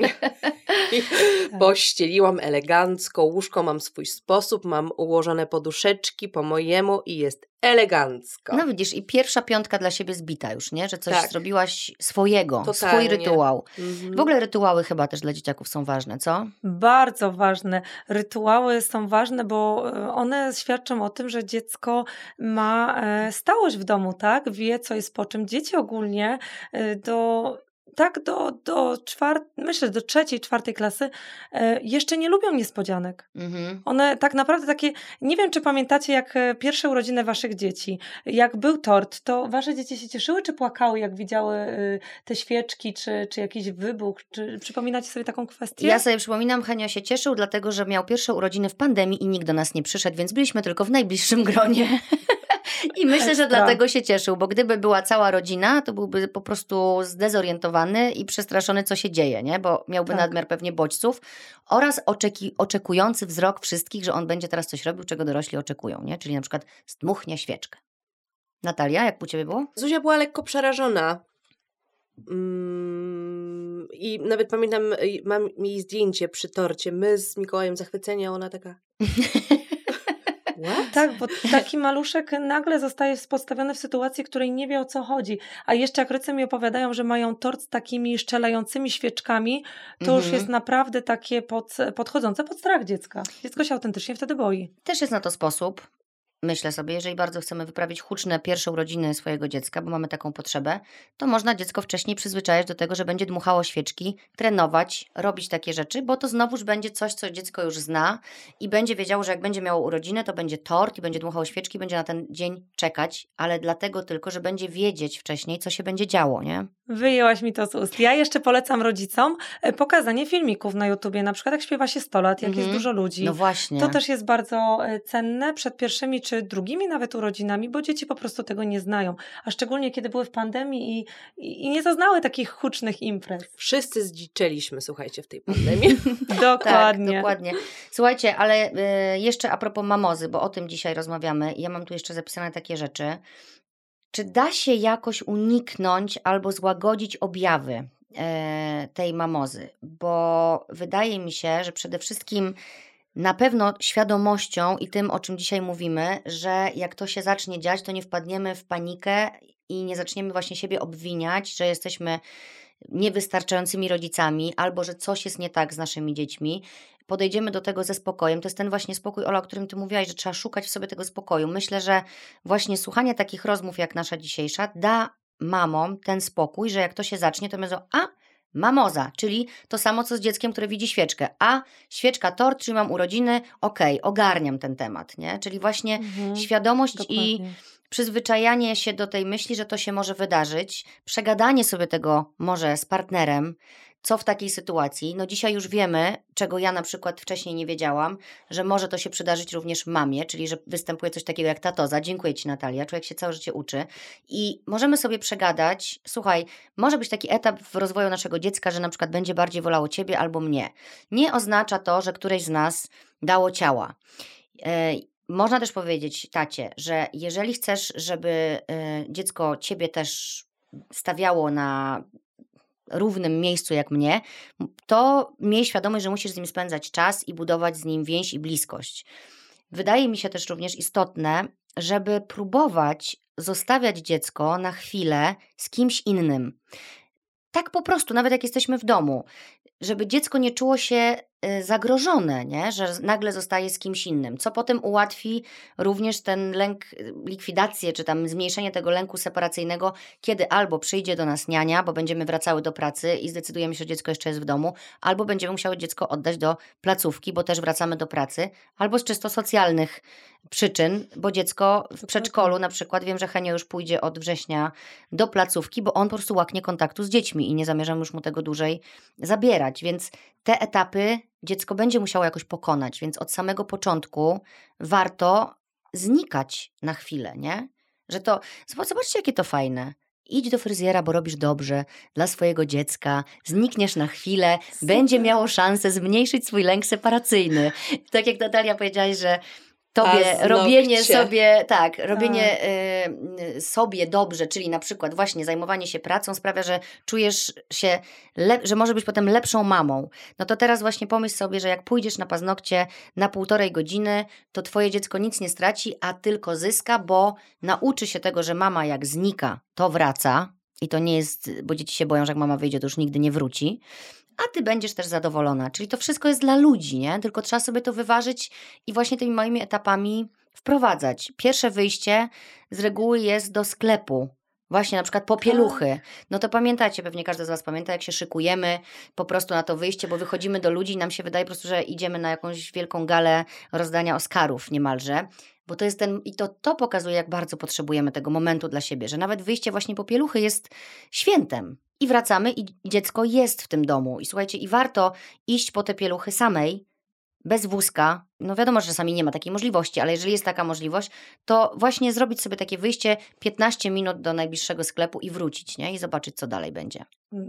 Pościeliłam elegancko, łóżko mam swój sposób, mam ułożone poduszeczki po mojemu i jest elegancko. No widzisz, i pierwsza piątka dla siebie zbita już, nie? Że coś tak. zrobiłaś swojego, Totalnie. swój rytuał. Mhm. W ogóle rytuały chyba też dla dzieciaków są ważne, co? Bardzo ważne. Rytuały są ważne, bo one świadczą o tym, że dziecko ma stałość w domu, tak? Wie, co jest po czym. Dzieci ogólnie do... tak do, do czwart, myślę, do trzeciej, czwartej klasy e, jeszcze nie lubią niespodzianek. Mhm. One tak naprawdę takie, nie wiem, czy pamiętacie, jak pierwsze urodziny waszych dzieci, jak był tort, to wasze dzieci się cieszyły, czy płakały, jak widziały y, te świeczki, czy, czy jakiś wybuch, czy przypominacie sobie taką kwestię? Ja sobie przypominam, Henio się cieszył, dlatego, że miał pierwsze urodziny w pandemii i nikt do nas nie przyszedł, więc byliśmy tylko w najbliższym gronie. I myślę, że Ekstra. dlatego się cieszył, bo gdyby była cała rodzina, to byłby po prostu zdezorientowany i przestraszony, co się dzieje, nie? Bo miałby Tak. nadmiar pewnie bodźców oraz oczeki, oczekujący wzrok wszystkich, że on będzie teraz coś robił, czego dorośli oczekują, nie? Czyli na przykład zdmuchnie świeczkę. Natalia, jak u Ciebie było? Zuzia była lekko przerażona. Mm, I nawet pamiętam, y, mam jej zdjęcie przy torcie. My z Mikołajem zachwyceni, a ona taka... What? Tak, bo taki maluszek nagle zostaje postawiony w sytuacji, w której nie wie, o co chodzi. A jeszcze jak rodzice mi opowiadają, że mają tort z takimi szczelającymi świeczkami, to Mhm. już jest naprawdę takie pod, podchodzące pod strach dziecka. Dziecko się autentycznie wtedy boi. Też jest na to sposób. Myślę sobie, jeżeli bardzo chcemy wyprawić huczne pierwsze urodziny swojego dziecka, bo mamy taką potrzebę, to można dziecko wcześniej przyzwyczajać do tego, że będzie dmuchało świeczki, trenować, robić takie rzeczy, bo to znowuż będzie coś, co dziecko już zna i będzie wiedziało, że jak będzie miało urodziny, to będzie tort i będzie dmuchało świeczki, będzie na ten dzień czekać, ale dlatego tylko, że będzie wiedzieć wcześniej, co się będzie działo, nie? Wyjęłaś mi to z ust. Ja jeszcze polecam rodzicom e, pokazanie filmików na YouTubie, na przykład jak śpiewa się sto lat, jak Mhm. jest dużo ludzi. No właśnie. To też jest bardzo e, cenne przed pierwszymi czy drugimi nawet urodzinami, bo dzieci po prostu tego nie znają. A szczególnie kiedy były w pandemii i, i, i nie zaznały takich hucznych imprez. Wszyscy zdziczeliśmy, słuchajcie, w tej pandemii. Dokładnie. Tak, dokładnie. Słuchajcie, ale y, jeszcze a propos mamozy, bo o tym dzisiaj rozmawiamy. Ja mam tu jeszcze zapisane takie rzeczy. Czy da się jakoś uniknąć albo złagodzić objawy e, tej mamozy? Bo wydaje mi się, że przede wszystkim na pewno świadomością i tym, o czym dzisiaj mówimy, że jak to się zacznie dziać, to nie wpadniemy w panikę i nie zaczniemy właśnie siebie obwiniać, że jesteśmy niewystarczającymi rodzicami albo że coś jest nie tak z naszymi dziećmi. Podejdziemy do tego ze spokojem. To jest ten właśnie spokój, Ola, o którym Ty mówiłaś, że trzeba szukać w sobie tego spokoju. Myślę, że właśnie słuchanie takich rozmów jak nasza dzisiejsza da mamom ten spokój, że jak to się zacznie, to będą, a mamoza, czyli to samo co z dzieckiem, które widzi świeczkę. A świeczka, tort, czyli mam urodziny, okej, ogarniam ten temat, nie? Czyli właśnie Mhm. świadomość i Dokładnie. przyzwyczajanie się do tej myśli, że to się może wydarzyć, przegadanie sobie tego może z partnerem, co w takiej sytuacji. No dzisiaj już wiemy, czego ja na przykład wcześniej nie wiedziałam, że może to się przydarzyć również mamie, czyli że występuje coś takiego jak tatoza. Dziękuję Ci, Natalia, człowiek się całe życie uczy. I możemy sobie przegadać, słuchaj, może być taki etap w rozwoju naszego dziecka, że na przykład będzie bardziej wolało Ciebie albo mnie. Nie oznacza to, że któreś z nas dało ciała. E, Można też powiedzieć tacie, że jeżeli chcesz, żeby y, dziecko Ciebie też stawiało na równym miejscu jak mnie, to miej świadomość, że musisz z nim spędzać czas i budować z nim więź i bliskość. Wydaje mi się też również istotne, żeby próbować zostawiać dziecko na chwilę z kimś innym. Tak po prostu, nawet jak jesteśmy w domu. Żeby dziecko nie czuło się y, zagrożone, nie? Że nagle zostaje z kimś innym, co potem ułatwi również ten lęk, y, likwidację, czy tam zmniejszenie tego lęku separacyjnego, kiedy albo przyjdzie do nas niania, bo będziemy wracały do pracy i zdecydujemy się, że dziecko jeszcze jest w domu, albo będziemy musiały dziecko oddać do placówki, bo też wracamy do pracy, albo z czysto socjalnych przyczyn, bo dziecko w przedszkolu na przykład, wiem, że Henio już pójdzie od września do placówki, bo on po prostu łaknie kontaktu z dziećmi i nie zamierzam już mu tego dłużej zabierać, więc te etapy dziecko będzie musiało jakoś pokonać, więc od samego początku warto znikać na chwilę, nie? Że to, zobaczcie jakie to fajne. Idź do fryzjera, bo robisz dobrze dla swojego dziecka, znikniesz na chwilę, Super. będzie miało szansę zmniejszyć swój lęk separacyjny. Tak jak Natalia powiedziałaś, że tobie Paznokcie. robienie sobie, tak, robienie y, y, sobie dobrze, czyli na przykład właśnie zajmowanie się pracą sprawia, że czujesz się, lep- że może być potem lepszą mamą. No to teraz właśnie pomyśl sobie, że jak pójdziesz na paznokcie na półtorej godziny, to twoje dziecko nic nie straci, a tylko zyska, bo nauczy się tego, że mama jak znika, to wraca i to nie jest, bo dzieci się boją, że jak mama wyjdzie, to już nigdy nie wróci. A ty będziesz też zadowolona. Czyli to wszystko jest dla ludzi, nie? Tylko trzeba sobie to wyważyć i właśnie tymi moimi etapami wprowadzać. Pierwsze wyjście z reguły jest do sklepu. Właśnie na przykład po pieluchy. No to pamiętacie, pewnie każdy z was pamięta, jak się szykujemy po prostu na to wyjście, bo wychodzimy do ludzi i nam się wydaje po prostu, że idziemy na jakąś wielką galę rozdania Oscarów niemalże. Bo to jest ten, i to, to pokazuje, jak bardzo potrzebujemy tego momentu dla siebie, że nawet wyjście właśnie po pieluchy jest świętem. I wracamy i dziecko jest w tym domu. I słuchajcie, i warto iść po te pieluchy samej, bez wózka, no wiadomo, że czasami nie ma takiej możliwości, ale jeżeli jest taka możliwość, to właśnie zrobić sobie takie wyjście piętnaście minut do najbliższego sklepu i wrócić, nie? I zobaczyć, co dalej będzie.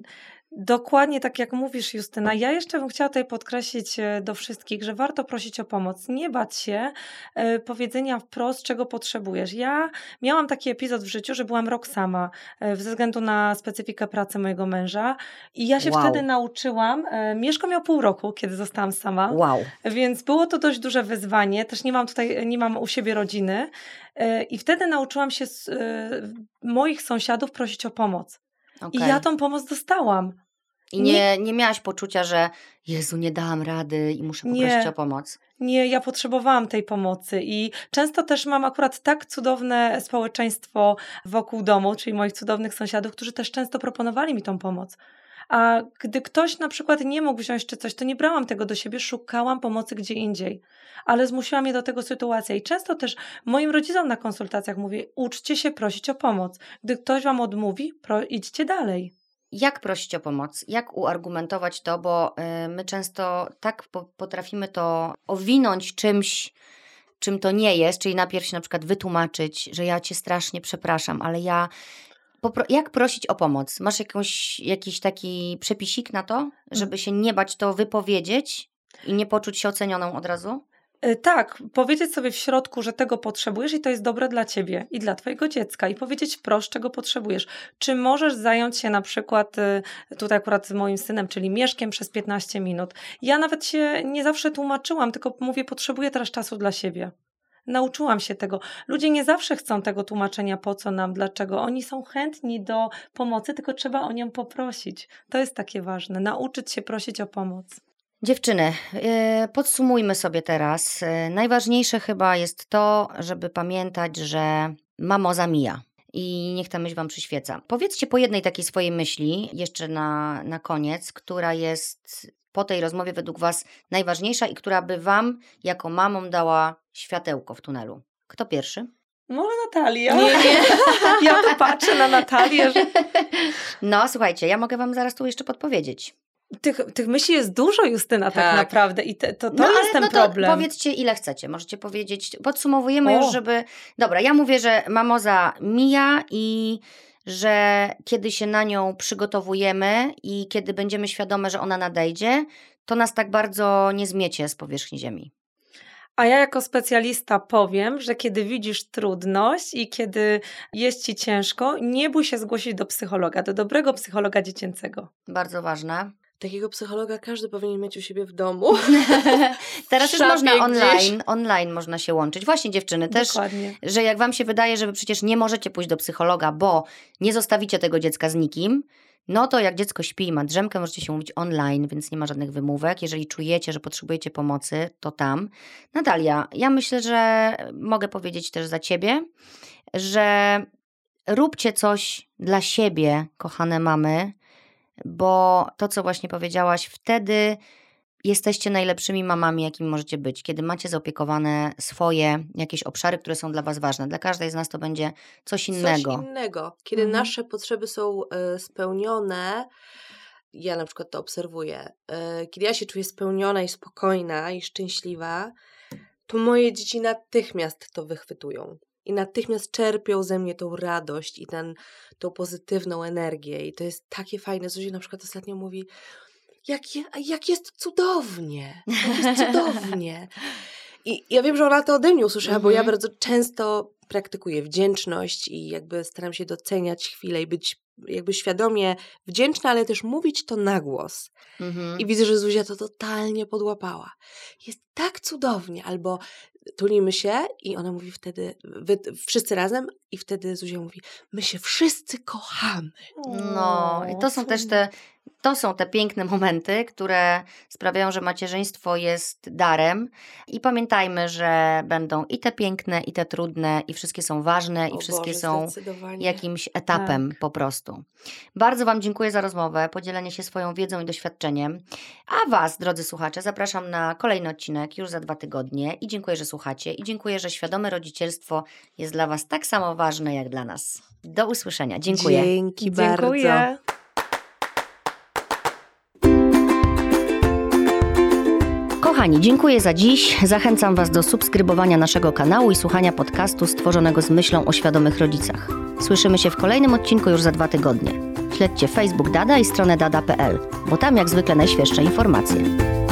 Dokładnie tak jak mówisz, Justyna. Ja jeszcze bym chciała tutaj podkreślić do wszystkich, że warto prosić o pomoc. Nie bać się y, powiedzenia wprost, czego potrzebujesz. Ja miałam taki epizod w życiu, że byłam rok sama y, ze względu na specyfikę pracy mojego męża i ja się Wow. wtedy nauczyłam. Y, Mieszko miał pół roku, kiedy zostałam sama. Wow. Więc było to dość duże wyzwanie. Też nie mam tutaj, nie mam u siebie rodziny. Y, I wtedy nauczyłam się z, y, moich sąsiadów prosić o pomoc. Okay. I ja tą pomoc dostałam. I nie, nie miałaś poczucia, że Jezu, nie dałam rady i muszę poprosić Nie. o pomoc. Nie, ja potrzebowałam tej pomocy i często też mam akurat tak cudowne społeczeństwo wokół domu, czyli moich cudownych sąsiadów, którzy też często proponowali mi tą pomoc. A gdy ktoś na przykład nie mógł wziąć czy coś, to nie brałam tego do siebie, szukałam pomocy gdzie indziej. Ale zmusiła mnie do tego sytuacja i często też moim rodzicom na konsultacjach mówię, uczcie się prosić o pomoc. Gdy ktoś wam odmówi, pro, idźcie dalej. Jak prosić o pomoc? Jak uargumentować to? Bo y, my często tak po, potrafimy to owinąć czymś, czym to nie jest, czyli najpierw się na przykład wytłumaczyć, że ja cię strasznie przepraszam, ale ja... Popro- jak prosić o pomoc? Masz jakąś, jakiś taki przepisik na to, żeby się nie bać to wypowiedzieć i nie poczuć się ocenioną od razu? Tak, powiedzieć sobie w środku, że tego potrzebujesz i to jest dobre dla ciebie i dla twojego dziecka i powiedzieć wprost, czego potrzebujesz. Czy możesz zająć się na przykład, tutaj akurat z moim synem, czyli Mieszkiem przez piętnaście minut. Ja nawet się nie zawsze tłumaczyłam, tylko mówię, potrzebuję teraz czasu dla siebie. Nauczyłam się tego. Ludzie nie zawsze chcą tego tłumaczenia, po co nam, dlaczego. Oni są chętni do pomocy, tylko trzeba o nią poprosić. To jest takie ważne, nauczyć się prosić o pomoc. Dziewczyny, yy, podsumujmy sobie teraz. Yy, najważniejsze chyba jest to, żeby pamiętać, że mamoza mija i niech ta myśl wam przyświeca. Powiedzcie po jednej takiej swojej myśli, jeszcze na, na koniec, która jest po tej rozmowie według was najważniejsza i która by wam jako mamom dała światełko w tunelu. Kto pierwszy? Może Natalia. Nie, nie. Ja tu patrzę na Natalię, że... No, słuchajcie, ja mogę wam zaraz tu jeszcze podpowiedzieć. Tych, tych myśli jest dużo, Justyna, tak, tak naprawdę i te, to, to no, jest ale, ten no to problem. Powiedzcie, ile chcecie. Możecie powiedzieć, podsumowujemy O. już, żeby... Dobra, ja mówię, że mamoza mija i że kiedy się na nią przygotowujemy i kiedy będziemy świadome, że ona nadejdzie, to nas tak bardzo nie zmiecie z powierzchni ziemi. A ja jako specjalista powiem, że kiedy widzisz trudność i kiedy jest ci ciężko, nie bój się zgłosić do psychologa, do dobrego psychologa dziecięcego. Bardzo ważne. Takiego psychologa każdy powinien mieć u siebie w domu. Teraz już można gdzieś. online, online można się łączyć. Właśnie dziewczyny, też, Dokładnie. że jak wam się wydaje, że wy przecież nie możecie pójść do psychologa, bo nie zostawicie tego dziecka z nikim, no to jak dziecko śpi i ma drzemkę, możecie się mówić online, więc nie ma żadnych wymówek. Jeżeli czujecie, że potrzebujecie pomocy, to tam. Natalia, ja myślę, że mogę powiedzieć też za ciebie, że róbcie coś dla siebie, kochane mamy, bo to, co właśnie powiedziałaś, wtedy jesteście najlepszymi mamami, jakimi możecie być, kiedy macie zaopiekowane swoje jakieś obszary, które są dla was ważne. Dla każdej z nas to będzie coś innego. Coś innego. Kiedy Mhm. nasze potrzeby są y, spełnione, ja na przykład to obserwuję, y, kiedy ja się czuję spełniona i spokojna i szczęśliwa, to moje dzieci natychmiast to wychwytują. I natychmiast czerpią ze mnie tą radość i ten, tą pozytywną energię. I to jest takie fajne. Zuzia na przykład ostatnio mówi, jak, je, jak jest cudownie, jak jest cudownie. I ja wiem, że ona to ode mnie usłyszała, Mhm. bo ja bardzo często praktykuję wdzięczność i jakby staram się doceniać chwilę i być jakby świadomie wdzięczna, ale też mówić to na głos. Mhm. I widzę, że Zuzia to totalnie podłapała. Jest tak cudownie, albo tulimy się i ona mówi wtedy, wy, wszyscy razem i wtedy Zuzia mówi, my się wszyscy kochamy. No i to są też te, to są te piękne momenty, które sprawiają, że macierzyństwo jest darem i pamiętajmy, że będą i te piękne, i te trudne i wszystkie są ważne i O wszystkie Boże, są zdecydowanie. jakimś etapem po prostu. Bardzo wam dziękuję za rozmowę, podzielenie się swoją wiedzą i doświadczeniem, a was, drodzy słuchacze, zapraszam na kolejny odcinek już za dwa tygodnie i dziękuję, że słuchacie i dziękuję, że świadome rodzicielstwo jest dla was tak samo ważne jak dla nas. Do usłyszenia. Dziękuję. Dzięki bardzo. Dziękuję. Kochani, dziękuję za dziś. Zachęcam Was do subskrybowania naszego kanału i słuchania podcastu stworzonego z myślą o świadomych rodzicach. Słyszymy się w kolejnym odcinku już za dwa tygodnie. Śledźcie Facebook Dada i stronę dada kropka pe el, bo tam jak zwykle najświeższe informacje.